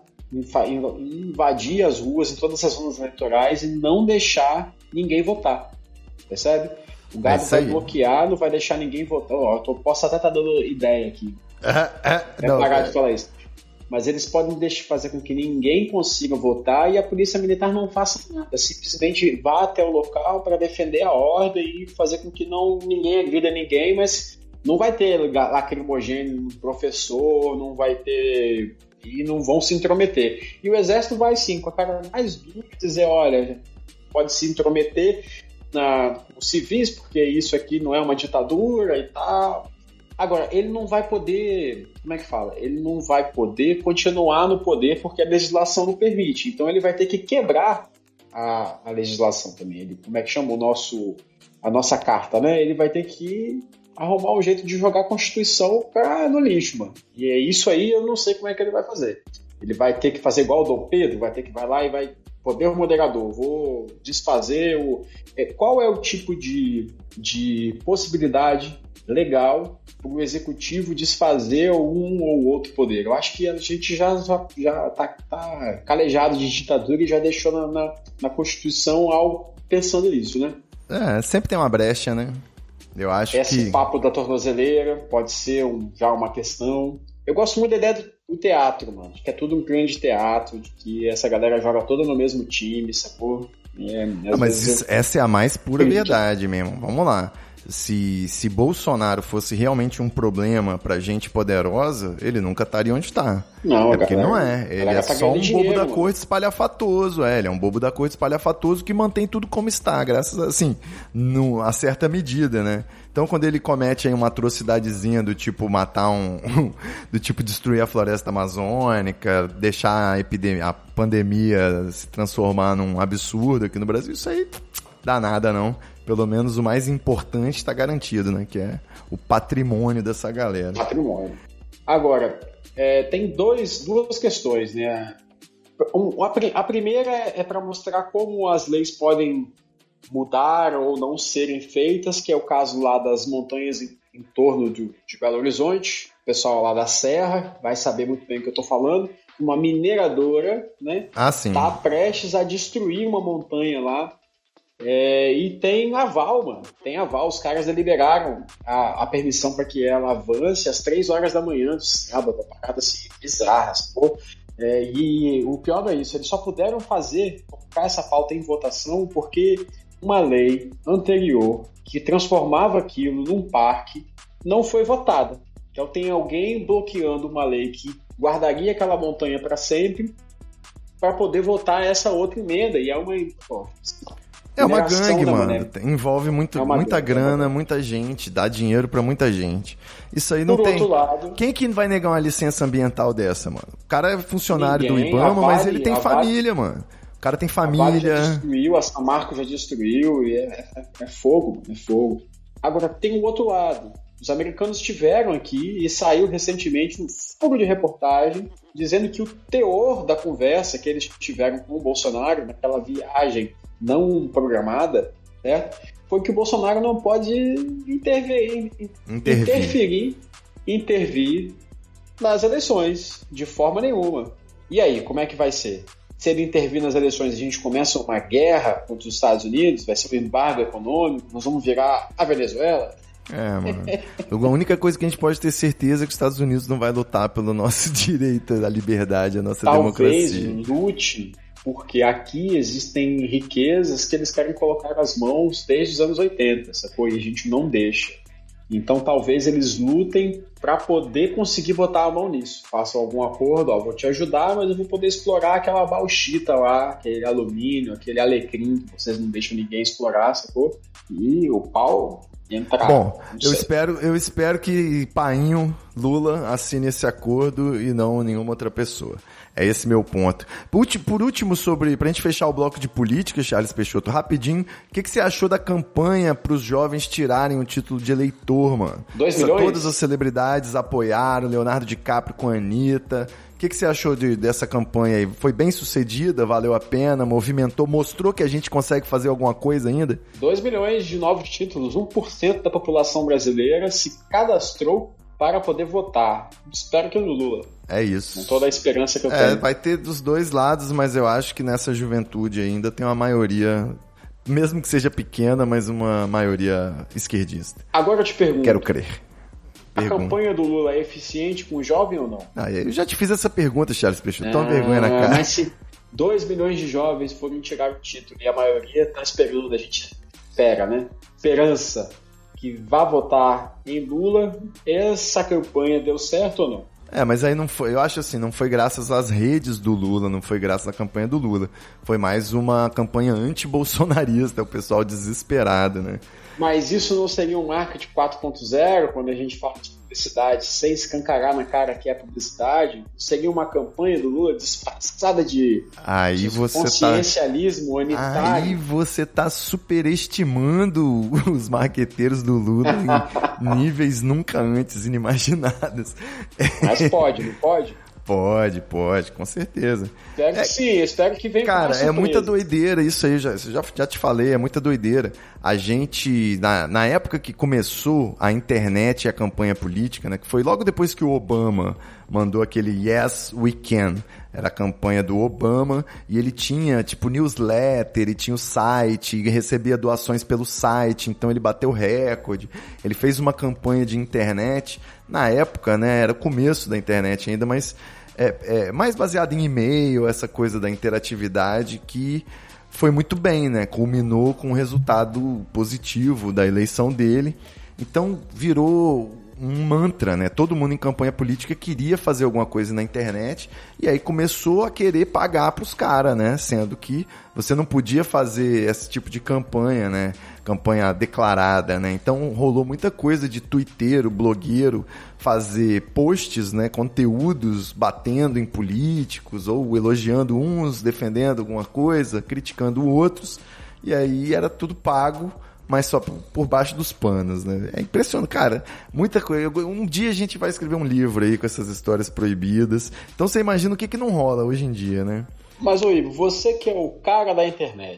invadir as ruas em todas as zonas eleitorais e não deixar ninguém votar, percebe? O gado vai bloquear, não vai deixar ninguém votar. Oh, eu posso até estar dando ideia aqui, é, é, é não, parar é. de falar isso. Mas eles podem deixar, fazer com que ninguém consiga votar e a Polícia Militar não faça nada. Simplesmente vá até o local para defender a ordem e fazer com que não, ninguém agrida ninguém, mas não vai ter lacrimogênio no professor, não vai ter... e não vão se intrometer. E o Exército vai sim, com a cara mais dura, dizer, olha, pode se intrometer na, nos civis, porque isso aqui não é uma ditadura e tal... Agora, ele não vai poder, como é que fala? Ele não vai poder continuar no poder porque a legislação não permite. Então ele vai ter que quebrar a, a legislação também. Ele, como é que chama o nosso, a nossa carta, né? Ele vai ter que arrumar um jeito de jogar a Constituição pra, no lixo, mano. E é isso aí, eu não sei como é que ele vai fazer. Ele vai ter que fazer igual o Dom Pedro, vai ter que vai lá e vai poder moderador, vou desfazer o... É, qual é o tipo de, de possibilidade legal para o executivo desfazer um ou outro poder? Eu acho que a gente já já, já tá, tá calejado de ditadura e já deixou na, na, na Constituição algo pensando nisso, né? É, sempre tem uma brecha, né? Eu acho Esse que... Esse papo da tornozeleira pode ser um, já uma questão. Eu gosto muito da ideia do, do teatro, mano. Que é tudo um grande teatro, de que essa galera joga toda no mesmo time, sacou? É, ah, mas isso, eu... essa é a mais pura verdade mesmo. Vamos lá. Se, se Bolsonaro fosse realmente um problema pra gente poderosa, ele nunca estaria onde está. Não, é porque galera, não é. Ele é tá só um dinheiro, bobo da mano. corte espalhafatoso. É, ele é um bobo da corte espalhafatoso que mantém tudo como está, graças a, assim, no, a certa medida, né? Então, quando ele comete aí uma atrocidadezinha do tipo matar um... do tipo destruir a floresta amazônica, deixar a, epidemia, a pandemia se transformar num absurdo aqui no Brasil, isso aí dá nada, não. Pelo menos o mais importante está garantido, né? Que é o patrimônio dessa galera. Patrimônio. Agora, é, tem dois, duas questões, né? Um, a, a primeira é, é para mostrar como as leis podem mudar ou não serem feitas, que é o caso lá das montanhas em, em torno de, de Belo Horizonte. O pessoal lá da Serra vai saber muito bem o que eu estou falando. Uma mineradora, né? Ah, sim. Tá prestes a destruir uma montanha lá. É, e tem aval, mano. Tem aval. Os caras deliberaram a, a permissão para que ela avance às três horas da manhã do sábado. Uma parada assim, bizarra. Pô. É, e o pior não é isso. Eles só puderam fazer, colocar essa pauta em votação porque uma lei anterior que transformava aquilo num parque não foi votada. Então tem alguém bloqueando uma lei que guardaria aquela montanha para sempre para poder votar essa outra emenda. E é uma... Pô, É uma gangue, mano. Mané. Envolve muito, é muita gangue, grana, é muita gente, dá dinheiro pra muita gente. Isso aí não Por tem... outro lado... Quem que vai negar uma licença ambiental dessa, mano? O cara é funcionário Ninguém. do IBAMA, Vale, mas ele tem família, Vale, mano. O cara tem A Vale família... já destruiu, a Samarco já destruiu, e é, é, é fogo, é fogo. Agora, tem o outro lado. Os americanos estiveram aqui e saiu recentemente um fogo de reportagem dizendo que o teor da conversa que eles tiveram com o Bolsonaro naquela viagem não programada, certo? Foi que o Bolsonaro não pode intervir, Intervir. interferir, intervir nas eleições, de forma nenhuma. E aí, como é que vai ser? Se ele intervir nas eleições, a gente começa uma guerra contra os Estados Unidos, vai ser um embargo econômico, nós vamos virar a Venezuela? É, mano. A única coisa que a gente pode ter certeza é que os Estados Unidos não vai lutar pelo nosso direito à liberdade, à nossa Talvez democracia. Talvez lute, porque aqui existem riquezas que eles querem colocar nas mãos desde os anos oitenta, sacou? E a gente não deixa. Então talvez eles lutem para poder conseguir botar a mão nisso. Façam algum acordo, ó, vou te ajudar, mas eu vou poder explorar aquela bauxita lá, aquele alumínio, aquele alecrim que vocês não deixam ninguém explorar, sacou? E o pau... Entrar. Bom, eu espero, eu espero que Painho, Lula, assine esse acordo e não nenhuma outra pessoa. É esse meu ponto. Por, por último, sobre, pra gente fechar o bloco de política, Charles Peixoto, rapidinho, o que, que você achou da campanha pros jovens tirarem o título de eleitor, mano? Dois milhões? Todas as celebridades apoiaram, Leonardo DiCaprio com a Anitta. O que, que você achou de, dessa campanha aí? Foi bem sucedida? Valeu a pena? Movimentou? Mostrou que a gente consegue fazer alguma coisa ainda? dois milhões de novos títulos, um por cento da população brasileira se cadastrou para poder votar. Espero que no Lula. É isso. Com toda a esperança que eu é, tenho. Vai ter dos dois lados, mas eu acho que nessa juventude ainda tem uma maioria, mesmo que seja pequena, mas uma maioria esquerdista. Agora eu te pergunto. Quero crer. A Pergunta. campanha do Lula é eficiente com o jovem ou não? Ah, eu já te fiz essa pergunta, Charles Peixoto. Toma vergonha na cara. Mas se dois milhões de jovens forem tirar o título e a maioria está esperando, a gente espera, né? Esperança que vá votar em Lula, essa campanha deu certo ou não? É, mas aí não foi, eu acho assim, não foi graças às redes do Lula, não foi graças à campanha do Lula. Foi mais uma campanha anti-bolsonarista, o pessoal desesperado, né? Mas isso não seria um marketing quatro ponto zero, quando a gente fala de publicidade sem escancarar na cara que é publicidade? Seria uma campanha do Lula disfarçada de, aí de você consciencialismo tá, unitário? Aí você tá superestimando os marqueteiros do Lula em níveis nunca antes inimaginados. Mas pode, não pode? Pode, pode, com certeza. Espero é, que sim, espero que venha cara, com é muita doideira isso aí, já, já, já te falei, é muita doideira. A gente, na, na época que começou a internet e a campanha política, né, que foi logo depois que o Obama mandou aquele Yes, We Can, era a campanha do Obama, e ele tinha, tipo, newsletter, ele tinha o site, e recebia doações pelo site, então ele bateu recorde. Ele fez uma campanha de internet, na época, né, era o começo da internet ainda, mas é, é mais baseado em e-mail, essa coisa da interatividade que foi muito bem, né, culminou com um resultado positivo da eleição dele, então virou um mantra, né? Todo mundo em campanha política queria fazer alguma coisa na internet e aí começou a querer pagar pros caras, né? Sendo que você não podia fazer esse tipo de campanha, né? Campanha declarada, né? Então rolou muita coisa de twitteiro, blogueiro, fazer posts, né? Conteúdos batendo em políticos ou elogiando uns, defendendo alguma coisa, criticando outros, e aí era tudo pago, mas só por baixo dos panos, né? É impressionante, cara, muita coisa. Um dia a gente vai escrever um livro aí com essas histórias proibidas. Então você imagina o que que não rola hoje em dia, né? Mas, ô Ivo, você que é o cara da internet,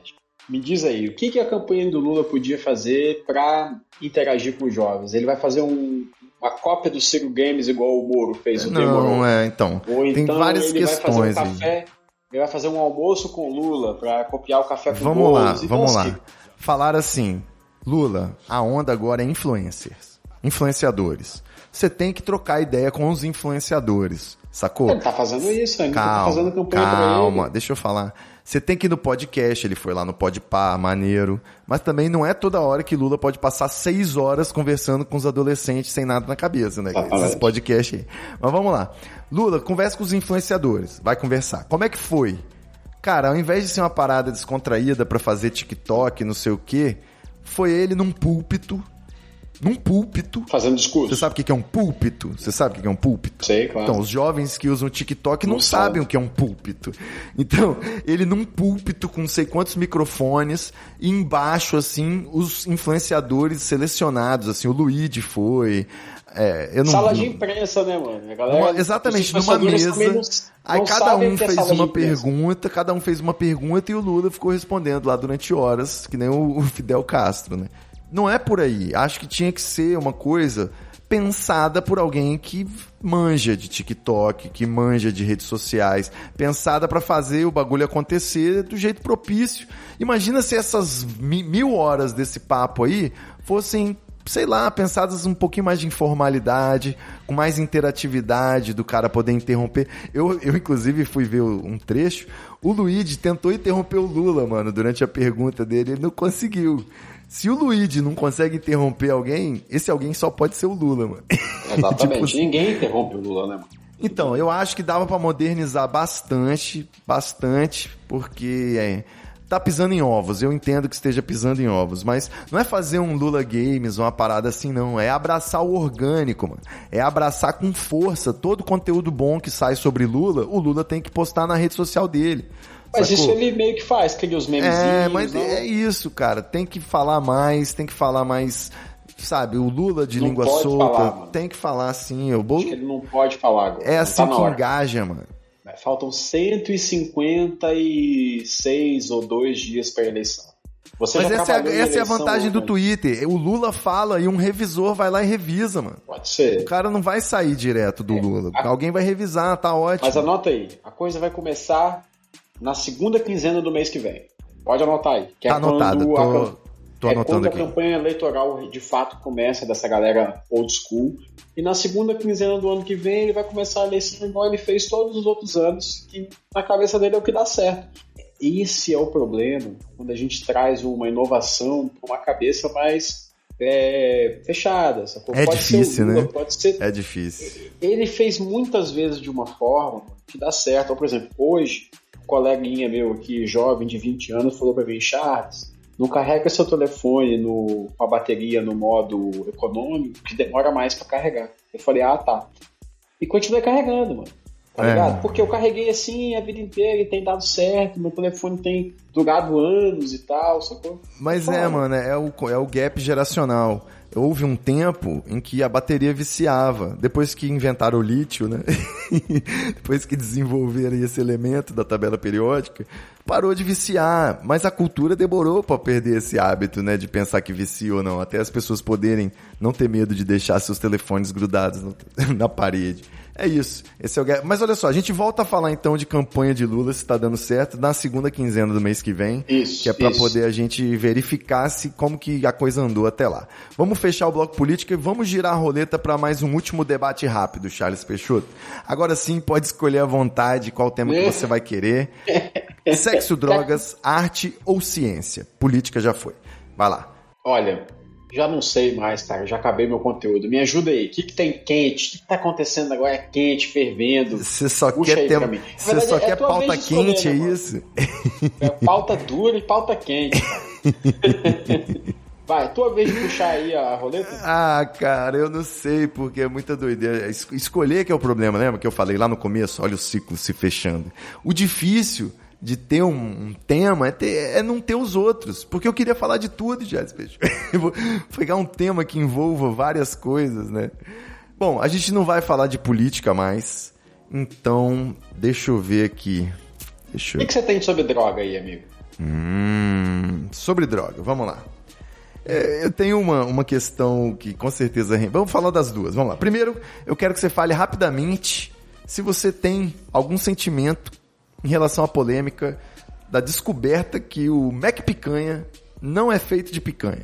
Me diz aí, o que, que a campanha do Lula podia fazer para interagir com os jovens? Ele vai fazer um, uma cópia do Ciro Games igual o Moro fez o Não, Demorou? é, então. Ou tem então várias ele questões vai fazer um aí. café, ele vai fazer um almoço com o Lula para copiar o café com Vamos lá, bolos. Então, vamos assim, lá. Falar assim, Lula, a onda agora é influencers, influenciadores. Você tem que trocar ideia com os influenciadores, sacou? Ele tá fazendo isso, ele calma, tá fazendo campanha pra ele. Calma, deixa eu falar. Você tem que ir no podcast, ele foi lá no Podpah, maneiro. Mas também não é toda hora que Lula pode passar seis horas conversando com os adolescentes sem nada na cabeça, né? Ah, Esse podcast aí. Mas vamos lá. Lula, conversa com os influenciadores. Vai conversar. Como é que foi? Cara, ao invés de ser uma parada descontraída pra fazer TikTok, não sei o quê, foi ele num púlpito, num púlpito. Fazendo discurso. Você sabe o que é um púlpito? Você sabe o que é um púlpito? Sei, claro. Então, os jovens que usam TikTok não, Não sabem sabe. o que é um púlpito. Então, ele num púlpito com não sei quantos microfones e embaixo, assim, os influenciadores selecionados, assim, o Luigi foi... É, eu não, Sala não, de imprensa, né, mano? A galera, uma, exatamente, os numa influenciadores também mesa. não- Aí não cada sabem um o que é fez sala de uma imprensa. pergunta, cada um fez uma pergunta e o Lula ficou respondendo lá durante horas, que nem o, o Fidel Castro, né? Não é por aí. Acho que tinha que ser uma coisa pensada por alguém que manja de TikTok, que manja de redes sociais, pensada pra fazer o bagulho acontecer do jeito propício. Imagina se essas mi- mil horas desse papo aí fossem, sei lá, pensadas um pouquinho mais de informalidade, com mais interatividade do cara poder interromper. Eu, eu inclusive, fui ver um trecho. O Luigi tentou interromper o Lula, mano, durante a pergunta dele. Ele não conseguiu. Se o Luigi não consegue interromper alguém, esse alguém só pode ser o Lula, mano. Exatamente. Tipo, Ninguém interrompe o Lula, né, mano? então, eu acho que dava pra modernizar bastante, bastante, porque é, tá pisando em ovos. Eu entendo que esteja pisando em ovos, mas não é fazer um Lula Games, uma parada assim, não. É abraçar o orgânico, mano. É abraçar com força todo o conteúdo bom que sai sobre Lula, o Lula tem que postar na rede social dele. Mas sacou? isso ele meio que faz, cria os memezinhos. É, mas não? é isso, cara. Tem que falar mais, tem que falar mais, sabe, o Lula de Não língua pode solta, falar, mano. tem que falar assim. Eu vou... Acho que ele não pode falar agora. É não assim tá na que hora. engaja, mano. Faltam cento e cinquenta e seis ou dois dias para a eleição. Você Mas já essa, é a, trabalhou em essa é a eleição, vantagem do né? Twitter. O Lula fala e um revisor vai lá e revisa, mano. Pode O ser. cara não vai sair direto do Lula. a- Alguém vai revisar, tá ótimo. Mas anota aí. A coisa vai começar na segunda quinzena do mês que vem. Pode anotar aí. Que Tá é anotado, quando tô, a, cam- tô é anotando quando aqui. a campanha eleitoral de fato começa dessa galera old school. E na segunda quinzena do ano que vem ele vai começar a eleição igual ele fez todos os outros anos, que na cabeça dele é o que dá certo. Esse é o problema quando a gente traz uma inovação para uma cabeça mais é, fechada. Sacou? É pode difícil, ser o Lula, né? Pode ser. É difícil. Ele fez muitas vezes de uma forma que dá certo. Então, por exemplo, hoje, um coleguinha meu aqui, jovem de vinte anos, falou para mim: Charles, não carrega seu telefone no, com a bateria no modo econômico, que demora mais para carregar. Eu falei: ah, tá. E continuei carregando, mano. Tá É. ligado? Porque eu carreguei assim a vida inteira e tem dado certo, meu telefone tem durado anos e tal, sacou? Mas Fala. é, mano, é o, é o gap geracional. Houve um tempo em que a bateria viciava. Depois que inventaram o lítio, né? Depois que desenvolveram esse elemento da tabela periódica, parou de viciar. Mas a cultura demorou pra perder esse hábito, né? De pensar que vicia ou não. Até as pessoas poderem não ter medo de deixar seus telefones grudados no- na parede. É isso. Esse é o gap. Mas olha só, a gente volta a falar então de campanha de Lula, se tá dando certo, na segunda quinzena do mês que vem. Isso, Que é pra isso. poder a gente verificar se como que a coisa andou até lá. Vamos fechar o bloco político e vamos girar a roleta para mais um último debate rápido, Charles Peixoto. Agora sim, pode escolher à vontade qual tema que você vai querer. Sexo, drogas, arte ou ciência? Política já foi. Vai lá. Olha, já não sei mais, cara. Já acabei meu conteúdo. Me ajuda aí. O que, que tem quente? O que, que tá acontecendo agora? É quente, fervendo? Você só Puxa quer aí ter, pra mim. Na você verdade, só é quer a tua pauta vez de escolher, quente, é né, mano? isso? É pauta dura e pauta quente. cara. Vai, tua vez de puxar aí a roleta? Ah, cara, eu não sei, porque é muita doideira. Es- Escolher que é o problema, lembra que eu falei lá no começo? Olha o ciclo se fechando. O difícil de ter um, um tema é, ter- é não ter os outros, porque eu queria falar de tudo, Jazz Peixe. Eu vou pegar um tema que envolva várias coisas, né? Bom, a gente não vai falar de política mais, então deixa eu ver aqui. Deixa O eu... que, que você tem sobre droga aí, amigo? Hum, sobre droga, vamos lá. É, eu tenho uma, uma questão que com certeza... Vamos falar das duas, vamos lá. Primeiro, eu quero que você fale rapidamente se você tem algum sentimento em relação à polêmica da descoberta que o Mac Picanha não é feito de picanha.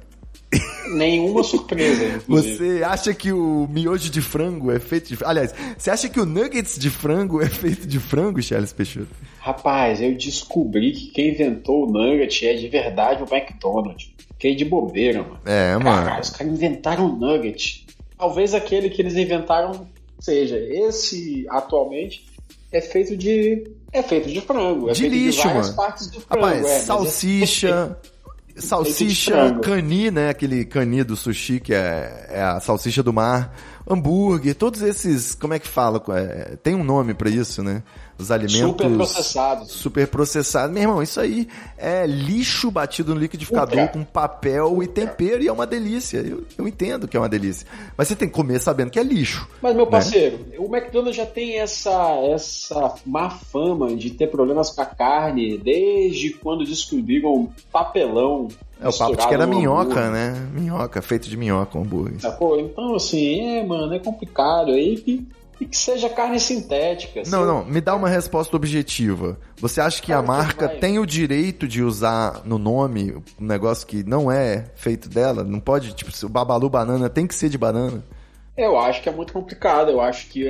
Nenhuma surpresa, inclusive. Você acha que o miojo de frango é feito de... Aliás, você acha que o nuggets de frango é feito de frango, Charles Peixoto? Rapaz, eu descobri que quem inventou o nugget é de verdade o McDonald's. Fiquei de bobeira, mano. É, mano. Caralho, os caras inventaram o nugget. Talvez aquele que eles inventaram seja. Esse, atualmente, é feito de... É feito de frango. É de feito lixo, de várias mano. partes do frango. Rapaz, é, salsicha... É... Salsicha, cani, né? Aquele cani do sushi, que é, é a salsicha do mar. Hambúrguer, todos esses... Como é que fala? É, tem um nome pra isso, né? Os alimentos... Super processados. Super processados. Meu irmão, isso aí é lixo batido no liquidificador Ultra. com papel Ultra. e tempero, e é uma delícia. Eu, eu entendo que é uma delícia. Mas você tem que comer sabendo que é lixo. Mas, meu parceiro, né? O McDonald's já tem essa, essa má fama de ter problemas com a carne desde quando descobriram papelão. É o papo de que era minhoca, né? Minhoca, feito de minhoca, um hambúrguer. Sacou? Então, assim, é, mano, é complicado. Aí que, e que seja carne sintética. Não, assim. não, me dá uma resposta objetiva. Você acha que claro a marca que tem o direito de usar no nome um negócio que não é feito dela? Não pode, tipo, o Babalu Banana tem que ser de banana? Eu acho que é muito complicado. Eu acho que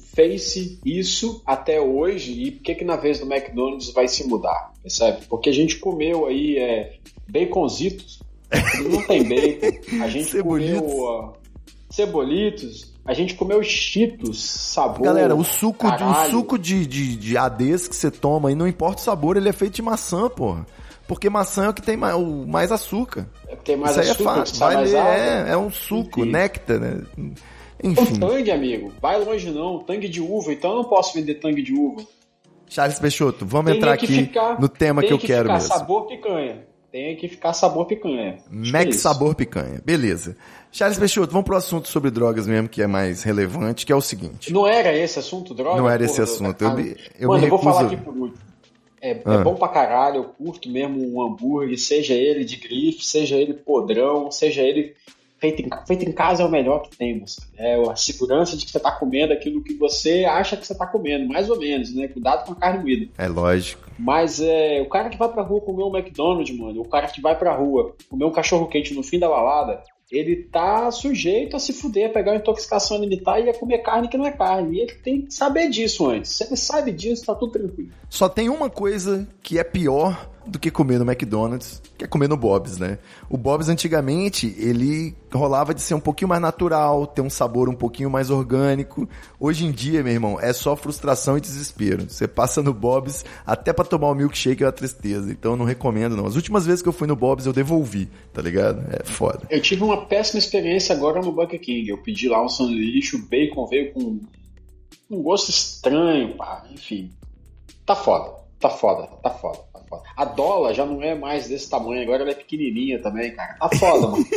fez-se isso até hoje. E por que que na vez do McDonald's vai se mudar? Percebe? Porque a gente comeu aí é, baconzitos. Não tem bacon. A gente Cebolitos. comeu uh, cebolitos. A gente comeu Cheetos, sabor. Galera, o suco, de, o caralho. suco de, de, de A Ds que você toma, e não importa o sabor, ele é feito de maçã, porra. Porque maçã é o que tem mais, o, mais açúcar. É que tem mais Isso aí açúcar, é fácil. Vai ler, água. é, é um suco, enfim. Néctar, né? Enfim. O tangue, amigo, vai longe não. Tangue de uva, então eu não posso vender tangue de uva. Charles Peixoto, vamos tem entrar que aqui ficar, no tema que eu que quero ficar mesmo. Sabor picanha. Tem que ficar sabor picanha. Mac sabor picanha. Beleza. Charles Peixoto, vamos pro assunto sobre drogas mesmo, que é mais relevante, que é o seguinte. Não era esse assunto, droga? Não era esse porra, assunto. Eu, me, eu Mano, me eu vou recuso... falar aqui por último. É, ah. é bom pra caralho, eu curto mesmo um hambúrguer, seja ele de grife, seja ele podrão, seja ele feito em, feito em casa é o melhor que temos. É a segurança de que você tá comendo aquilo que você acha que você tá comendo, mais ou menos, né? Cuidado com a carne moída. É lógico. Mas é, o cara que vai pra rua comer um McDonald's, mano, o cara que vai pra rua comer um cachorro quente no fim da balada, ele tá sujeito a se fuder, a pegar uma intoxicação alimentar e a comer carne que não é carne. E ele tem que saber disso antes. Se ele sabe disso, tá tudo tranquilo. Só tem uma coisa que é pior do que comer no McDonald's, que é comer no Bob's, né? O Bob's, antigamente, ele rolava de ser um pouquinho mais natural, ter um sabor um pouquinho mais orgânico. Hoje em dia, meu irmão, é só frustração e desespero. Você passa no Bob's, até pra tomar o milkshake é uma tristeza. Então eu não recomendo, não. As últimas vezes que eu fui no Bob's, eu devolvi, tá ligado? É foda. Eu tive uma péssima experiência agora no Burger King. Eu pedi lá um sanduíche, o bacon veio com um gosto estranho, pá. Enfim, tá foda, tá foda, tá foda. A dólar já não é mais desse tamanho, agora ela é pequenininha também, cara. Tá foda, mano.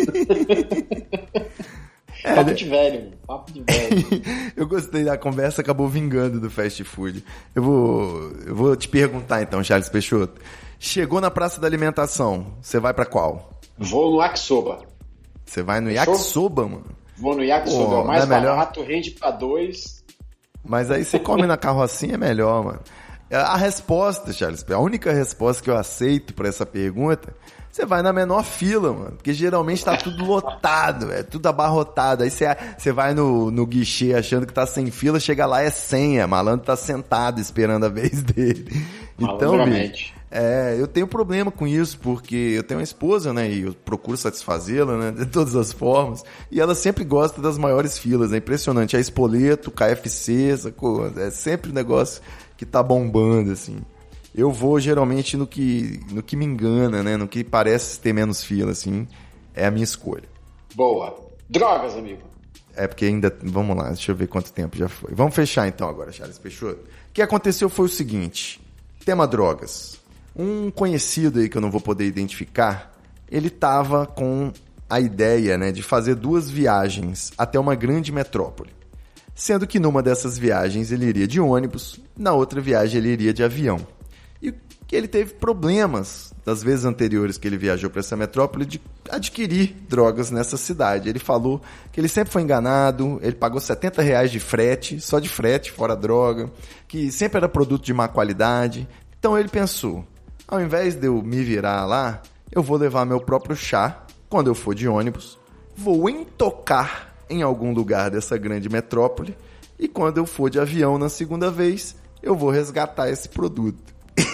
É, papo de velho, mano. Papo de velho. Eu gostei da conversa, acabou vingando do fast food. Eu vou, eu vou te perguntar então, Charles Peixoto. Chegou na praça da alimentação, você vai pra qual? Vou no yakisoba. Você vai no Fechou? Yakisoba, mano? Vou no yakisoba, oh, é o mais é barato, rende pra dois. Mas aí você come na carrocinha, é melhor, mano. A resposta, Charles, a única resposta que eu aceito pra essa pergunta, você vai na menor fila, mano. Porque geralmente tá tudo lotado, é tudo abarrotado. Aí você, você vai no, no guichê achando que tá sem fila, chega lá é senha. Malandro tá sentado esperando a vez dele. Então, bicho, é, eu tenho problema com isso, porque eu tenho uma esposa, né, e eu procuro satisfazê-la, né, de todas as formas, e ela sempre gosta das maiores filas, é impressionante. É Spoleto, K F C, sacou? É sempre um negócio que tá bombando, assim. Eu vou geralmente no que, no que me engana, né? No que parece ter menos fila, assim. É a minha escolha. Boa. Drogas, amigo. É porque ainda... Vamos lá, deixa eu ver quanto tempo já foi. Vamos fechar então agora, Charles Peixoto. O que aconteceu foi o seguinte. Tema drogas. Um conhecido aí que eu não vou poder identificar, ele tava com a ideia, né, de fazer duas viagens até uma grande metrópole. Sendo que numa dessas viagens ele iria de ônibus, na outra viagem ele iria de avião. E o que ele teve problemas das vezes anteriores que ele viajou para essa metrópole de adquirir drogas nessa cidade. Ele falou que ele sempre foi enganado, ele pagou setenta reais de frete, só de frete, fora droga, que sempre era produto de má qualidade. Então ele pensou, ao invés de eu me virar lá, eu vou levar meu próprio chá quando eu for de ônibus, vou entocar em algum lugar dessa grande metrópole e quando eu for de avião na segunda vez, eu vou resgatar esse produto.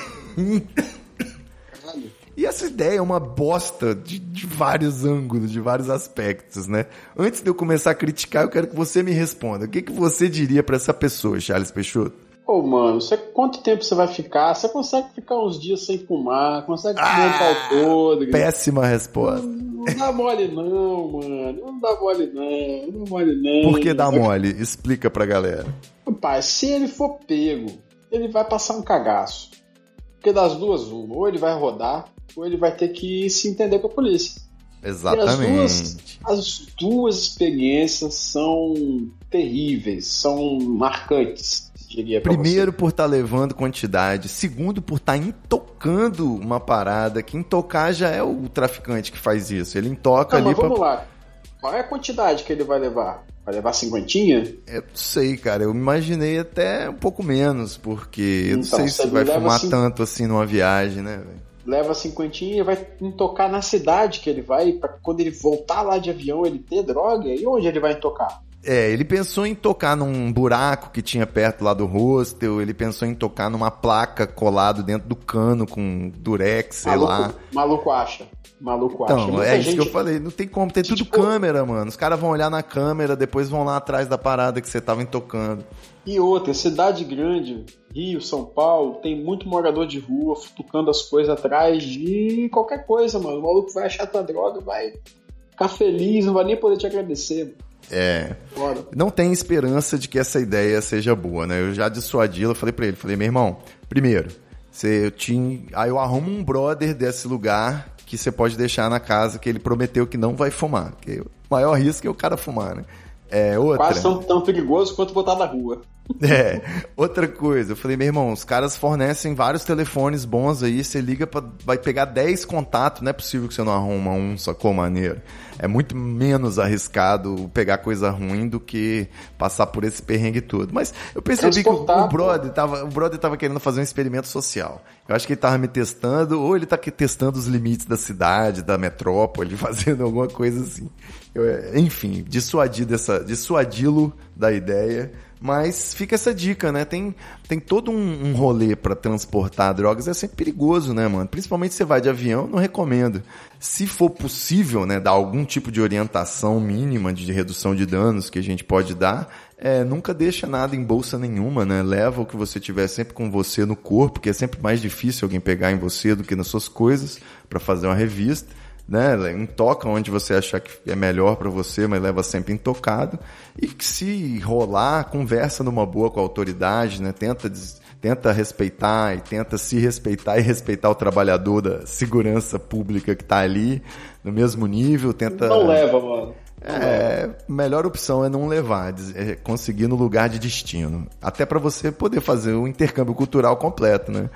E essa ideia é uma bosta de, de vários ângulos, de vários aspectos, né? Antes de eu começar a criticar, eu quero que você me responda. O que, que você diria pra essa pessoa, Charles Peixoto? Ô, mano, você, quanto tempo você vai ficar? Você consegue ficar uns dias sem fumar, consegue comer ah, um pau todo. Péssima resposta. Não, não dá mole não, mano. Não dá mole não, não dá mole não. Por que dá mole? Explica pra galera. Rapaz, se ele for pego, ele vai passar um cagaço. Porque das duas, uma. Ou ele vai rodar, ou ele vai ter que se entender com a polícia. Exatamente. As duas, as duas experiências são terríveis, são marcantes, diria pra Primeiro, você. por estar tá levando quantidade. Segundo, por estar tá intocando uma parada. Que intocar já é o traficante que faz isso. Ele intoca Não, ali mas vamos pra... lá. Qual é a quantidade que ele vai levar? Vai levar cinquentinha? Eu não sei, cara. Eu imaginei até um pouco menos, porque eu não Então, sei se vai fumar assim, tanto assim numa viagem, né, velho? Leva cinquentinha e vai tocar na cidade que ele vai, pra quando ele voltar lá de avião ele ter droga, e onde ele vai tocar? É, ele pensou em tocar num buraco que tinha perto lá do hostel, ele pensou em tocar numa placa colado dentro do cano com durex, sei maluco, lá. Maluco acha. Maluco acha. Então, Muita é isso gente... que eu falei, não tem como, tem tudo tipo... câmera, mano. Os caras vão olhar na câmera, depois vão lá atrás da parada que você tava intocando. E outra, cidade grande, Rio, São Paulo, tem muito morador de rua futucando as coisas atrás de qualquer coisa, mano. O maluco vai achar tua droga, vai ficar feliz, não vai nem poder te agradecer, mano. É, não tem esperança de que essa ideia seja boa, né? Eu já dissuadi, eu falei pra ele, falei, meu irmão, primeiro, você, eu tinha, aí eu arrumo um brother desse lugar que você pode deixar na casa, que ele prometeu que não vai fumar, porque o maior risco é o cara fumar, né? É, outra... Quase tão, tão perigoso quanto botar na rua. É, outra coisa, eu falei, meu irmão, os caras fornecem vários telefones bons aí, você liga pra, vai pegar dez contatos, não é possível que você não arruma um, sacou, maneiro? É muito menos arriscado pegar coisa ruim do que passar por esse perrengue todo. Mas eu percebi que o, o, brother tava, o brother tava querendo fazer um experimento social. Eu acho que ele tava me testando, ou ele tá testando os limites da cidade, da metrópole, fazendo alguma coisa assim. Eu, enfim, dissuadi dessa, dissuadi-lo da ideia. Mas fica essa dica, né? Tem, tem todo um, um rolê pra transportar drogas, é sempre perigoso, né, mano? Principalmente se você vai de avião, não recomendo. Se for possível, né, dar algum tipo de orientação mínima de redução de danos que a gente pode dar, é, nunca deixa nada em bolsa nenhuma, né? Leva o que você tiver sempre com você no corpo, porque é sempre mais difícil alguém pegar em você do que nas suas coisas pra fazer uma revista. Né, intoca onde você achar que é melhor para você, mas leva sempre intocado, e que se rolar, conversa numa boa com a autoridade, né, tenta, tenta respeitar e tenta se respeitar e respeitar o trabalhar da segurança pública que tá ali no mesmo nível, tenta... Não leva, mano. Não é, leva. Melhor opção é não levar, é conseguir no lugar de destino, até para você poder fazer o intercâmbio cultural completo, né?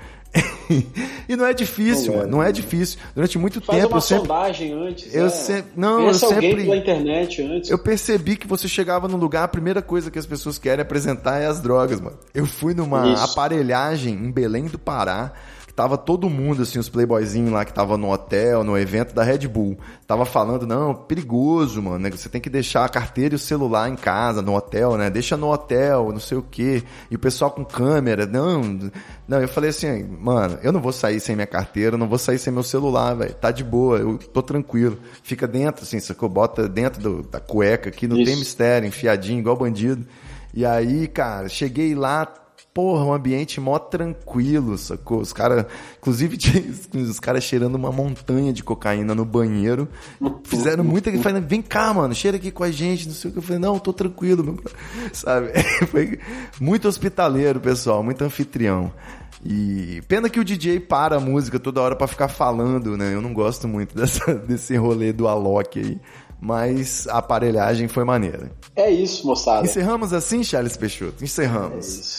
E não é difícil, não, mano, não é difícil. Durante muito Faz tempo uma eu sempre sondagem antes. eu é. sempre não, Pensa eu sempre alguém pela internet antes. Eu percebi que você chegava num lugar, a primeira coisa que as pessoas querem apresentar é as drogas, mano. Eu fui numa Isso. aparelhagem em Belém do Pará, que tava todo mundo, assim, os playboyzinhos lá que tava no hotel, no evento da Red Bull, tava falando, não, perigoso, mano, né? Você tem que deixar a carteira e o celular em casa, no hotel, né? Deixa no hotel, não sei o quê. E o pessoal com câmera, não, não, eu falei assim, mano, eu não vou sair sem minha carteira, não vou sair sem meu celular, velho, tá de boa, eu tô tranquilo. Fica dentro, assim, sacou? Bota dentro do, da cueca aqui, não Isso. tem mistério, enfiadinho, igual bandido. E aí, cara, cheguei lá, porra, um ambiente mó tranquilo, sacou? Os caras, inclusive, os caras cheirando uma montanha de cocaína no banheiro. Fizeram muita... Falaram, vem cá, mano, cheira aqui com a gente, não sei o que. Eu falei, não, tô tranquilo, meu... sabe? Foi muito hospitaleiro, pessoal, muito anfitrião. E pena que o D J para a música toda hora pra ficar falando, né? Eu não gosto muito dessa, desse rolê do Alok aí. Mas a aparelhagem foi maneira. É isso, moçada. Encerramos assim, Charles Peixoto? Encerramos. É isso.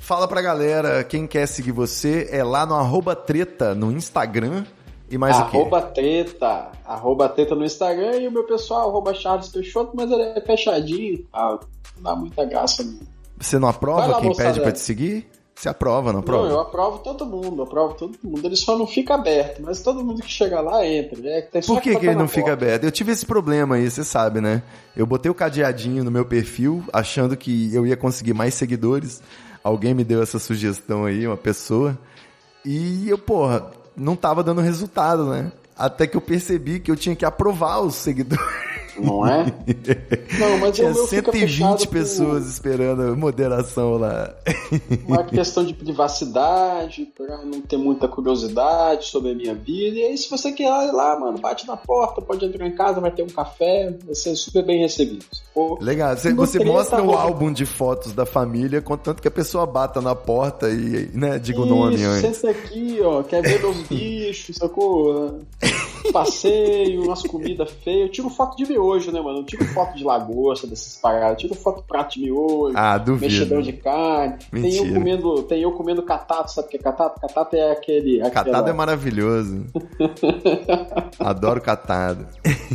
Fala pra galera, quem quer seguir você é lá no arroba treta no Instagram e mais o quê? Arroba treta, arroba treta no Instagram e o meu pessoal, arroba Charles Peixoto, mas ele é fechadinho, ah, não dá muita graça. Não. Você não aprova lá, quem moçada. pede pra te seguir? Você aprova, não aprova? Não, eu aprovo todo mundo, eu aprovo todo mundo. Ele só não fica aberto, mas todo mundo que chega lá entra. É, tem só Por que, que ele não porta. fica aberto? Eu tive esse problema aí, você sabe, né? Eu botei o cadeadinho no meu perfil, achando que eu ia conseguir mais seguidores. Alguém me deu essa sugestão aí, uma pessoa. E eu, porra, não tava dando resultado, né? Até que eu percebi que eu tinha que aprovar os seguidores. Não é? Não, mas Tinha o meu fica cento e vinte fechado pessoas por esperando moderação lá. uma questão de privacidade, pra não ter muita curiosidade sobre a minha vida. E aí, se você quer ir lá, mano, bate na porta, pode entrar em casa, vai ter um café, vai ser super bem recebido. Pô, Legal, você, você mostra o álbum de fotos da família, contanto que a pessoa bata na porta e, né, diga o nome Isso, antes. senta aqui, ó, quer ver meus bichos, sacou? Passeio, umas comidas feias. Eu tiro foto de miojo, né, mano? Eu tiro foto de lagosta, dessas paradas. Eu tiro foto de prato de miojo. Ah, duvido. Mexidão de carne. Tem eu, comendo, tem eu comendo catato, sabe o que é catato? Catato é aquele... Catado aquela... é maravilhoso. Adoro catado.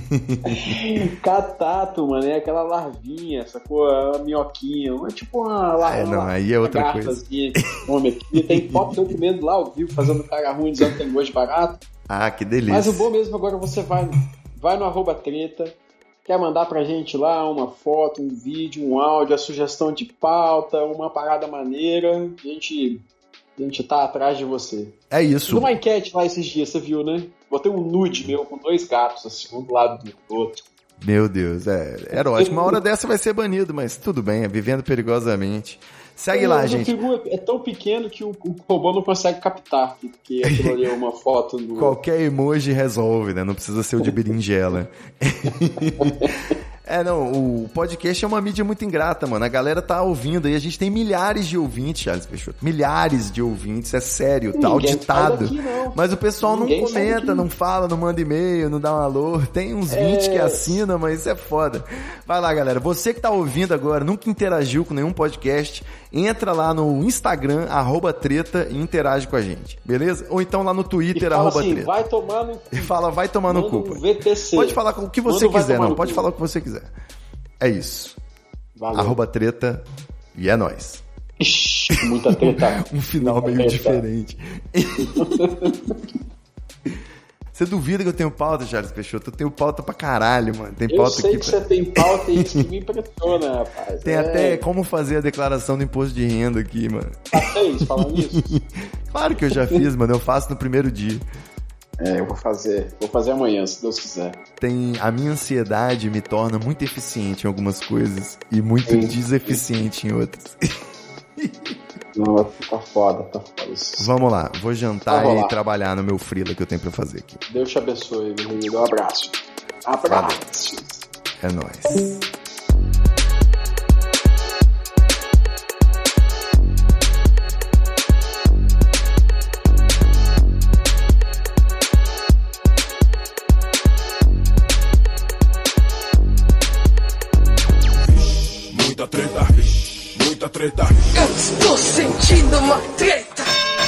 Catato, mano, é aquela larvinha, sacou? É uma minhoquinha. É tipo uma larva. É, não, aí é outra coisa. Que come aqui. Tem foto de eu comendo lá ao vivo, fazendo cara ruim, dizendo que tem gosto de barato. Ah, que delícia. Mas o bom mesmo agora você vai, vai no arroba treta, quer mandar pra gente lá uma foto, um vídeo, um áudio, a sugestão de pauta, uma parada maneira, a gente, a gente tá atrás de você. É isso. Numa enquete lá esses dias, você viu, né? Botei um nude meu com dois gatos, assim, um do lado do outro. Meu Deus, é, era ótimo. Uma hora dessa vai ser banido, mas tudo bem, é vivendo perigosamente. Segue é, lá, o gente. Figu é tão pequeno que o, o robô não consegue captar, porque aquilo ali é uma foto do... Qualquer emoji resolve, né? Não precisa ser o de berinjela. É, não, o podcast é uma mídia muito ingrata, mano. A galera tá ouvindo aí, a gente tem milhares de ouvintes, Charles Peixoto. Milhares de ouvintes, é sério, tá Ninguém auditado. sai daqui, não. Mas o pessoal Ninguém não sai comenta, daqui. não fala, não manda e-mail, não dá um alô. Tem uns vinte É... que assinam, mas isso é foda. Vai lá, galera. Você que tá ouvindo agora, nunca interagiu com nenhum podcast, entra lá no Instagram, arroba treta, e interage com a gente, beleza? Ou então lá no Twitter, E fala arroba assim, treta. vai tomar no... E fala, vai tomar no Manda cu. um pô. V T C. Pode falar com o que você Manda um vai quiser, tomar não. no Pode cu. falar o que você quiser. É isso. Valeu. Arroba treta e é nóis. Ixi, muita treta. Um final Muita meio treta. diferente. Você duvida que eu tenho pauta, Charles Peixoto? Eu tenho pauta pra caralho, mano. Tem Eu pauta sei aqui que pra... você tem pauta e isso que me impressiona, rapaz. Tem é... até como fazer a declaração do imposto de renda aqui, mano. Até isso, falando isso. Claro que eu já fiz, mano. Eu faço no primeiro dia. É, eu vou fazer. Vou fazer amanhã, se Deus quiser. Tem... A minha ansiedade me torna muito eficiente em algumas coisas e muito Sim. deseficiente em outras. Não, tá foda, tá foda isso. Vamos lá. Vou jantar Vai e rolar. trabalhar no meu freela que eu tenho pra fazer aqui. Deus te abençoe, meu amigo. Um abraço. Abraço. É nóis. Muita treta, muita treta. Eu estou sentindo uma treta.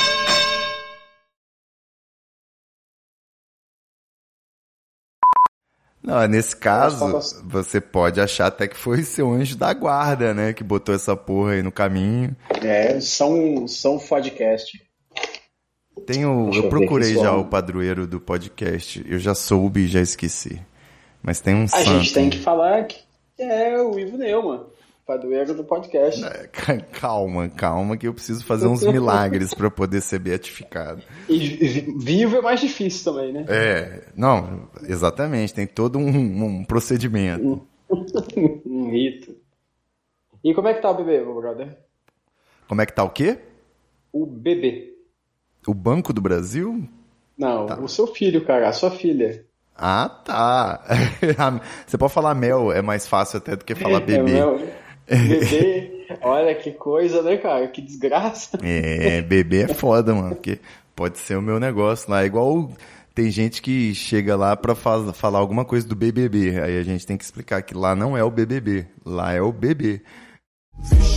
Não, nesse caso, Nossa, você pode achar até que foi seu anjo da guarda, né? Que botou essa porra aí no caminho. É, são, são podcast. Tem o, Deixa eu eu ver procurei aqui já só. o padroeiro do podcast. Eu já soube e já esqueci. Mas tem um A santo. gente tem que falar que é o Ivo Neumann, padroeiro do podcast. É, calma, calma, que eu preciso fazer uns milagres pra poder ser beatificado. E vi- vivo é mais difícil também, né? É, não, exatamente. Tem todo um, um procedimento. Um rito. E como é que tá o bebê, meu brother? Como é que tá o quê? O bebê. O Banco do Brasil? Não, o seu filho, cara, a sua filha. Ah, tá. Você pode falar Mel, é mais fácil até do que falar bebê. É, meu, bebê, olha que coisa, né, cara? Que desgraça. É, bebê é foda, mano, porque pode ser o meu negócio lá. É igual tem gente que chega lá pra faz, falar alguma coisa do B B B. Aí a gente tem que explicar que lá não é o B B B, lá é o bebê.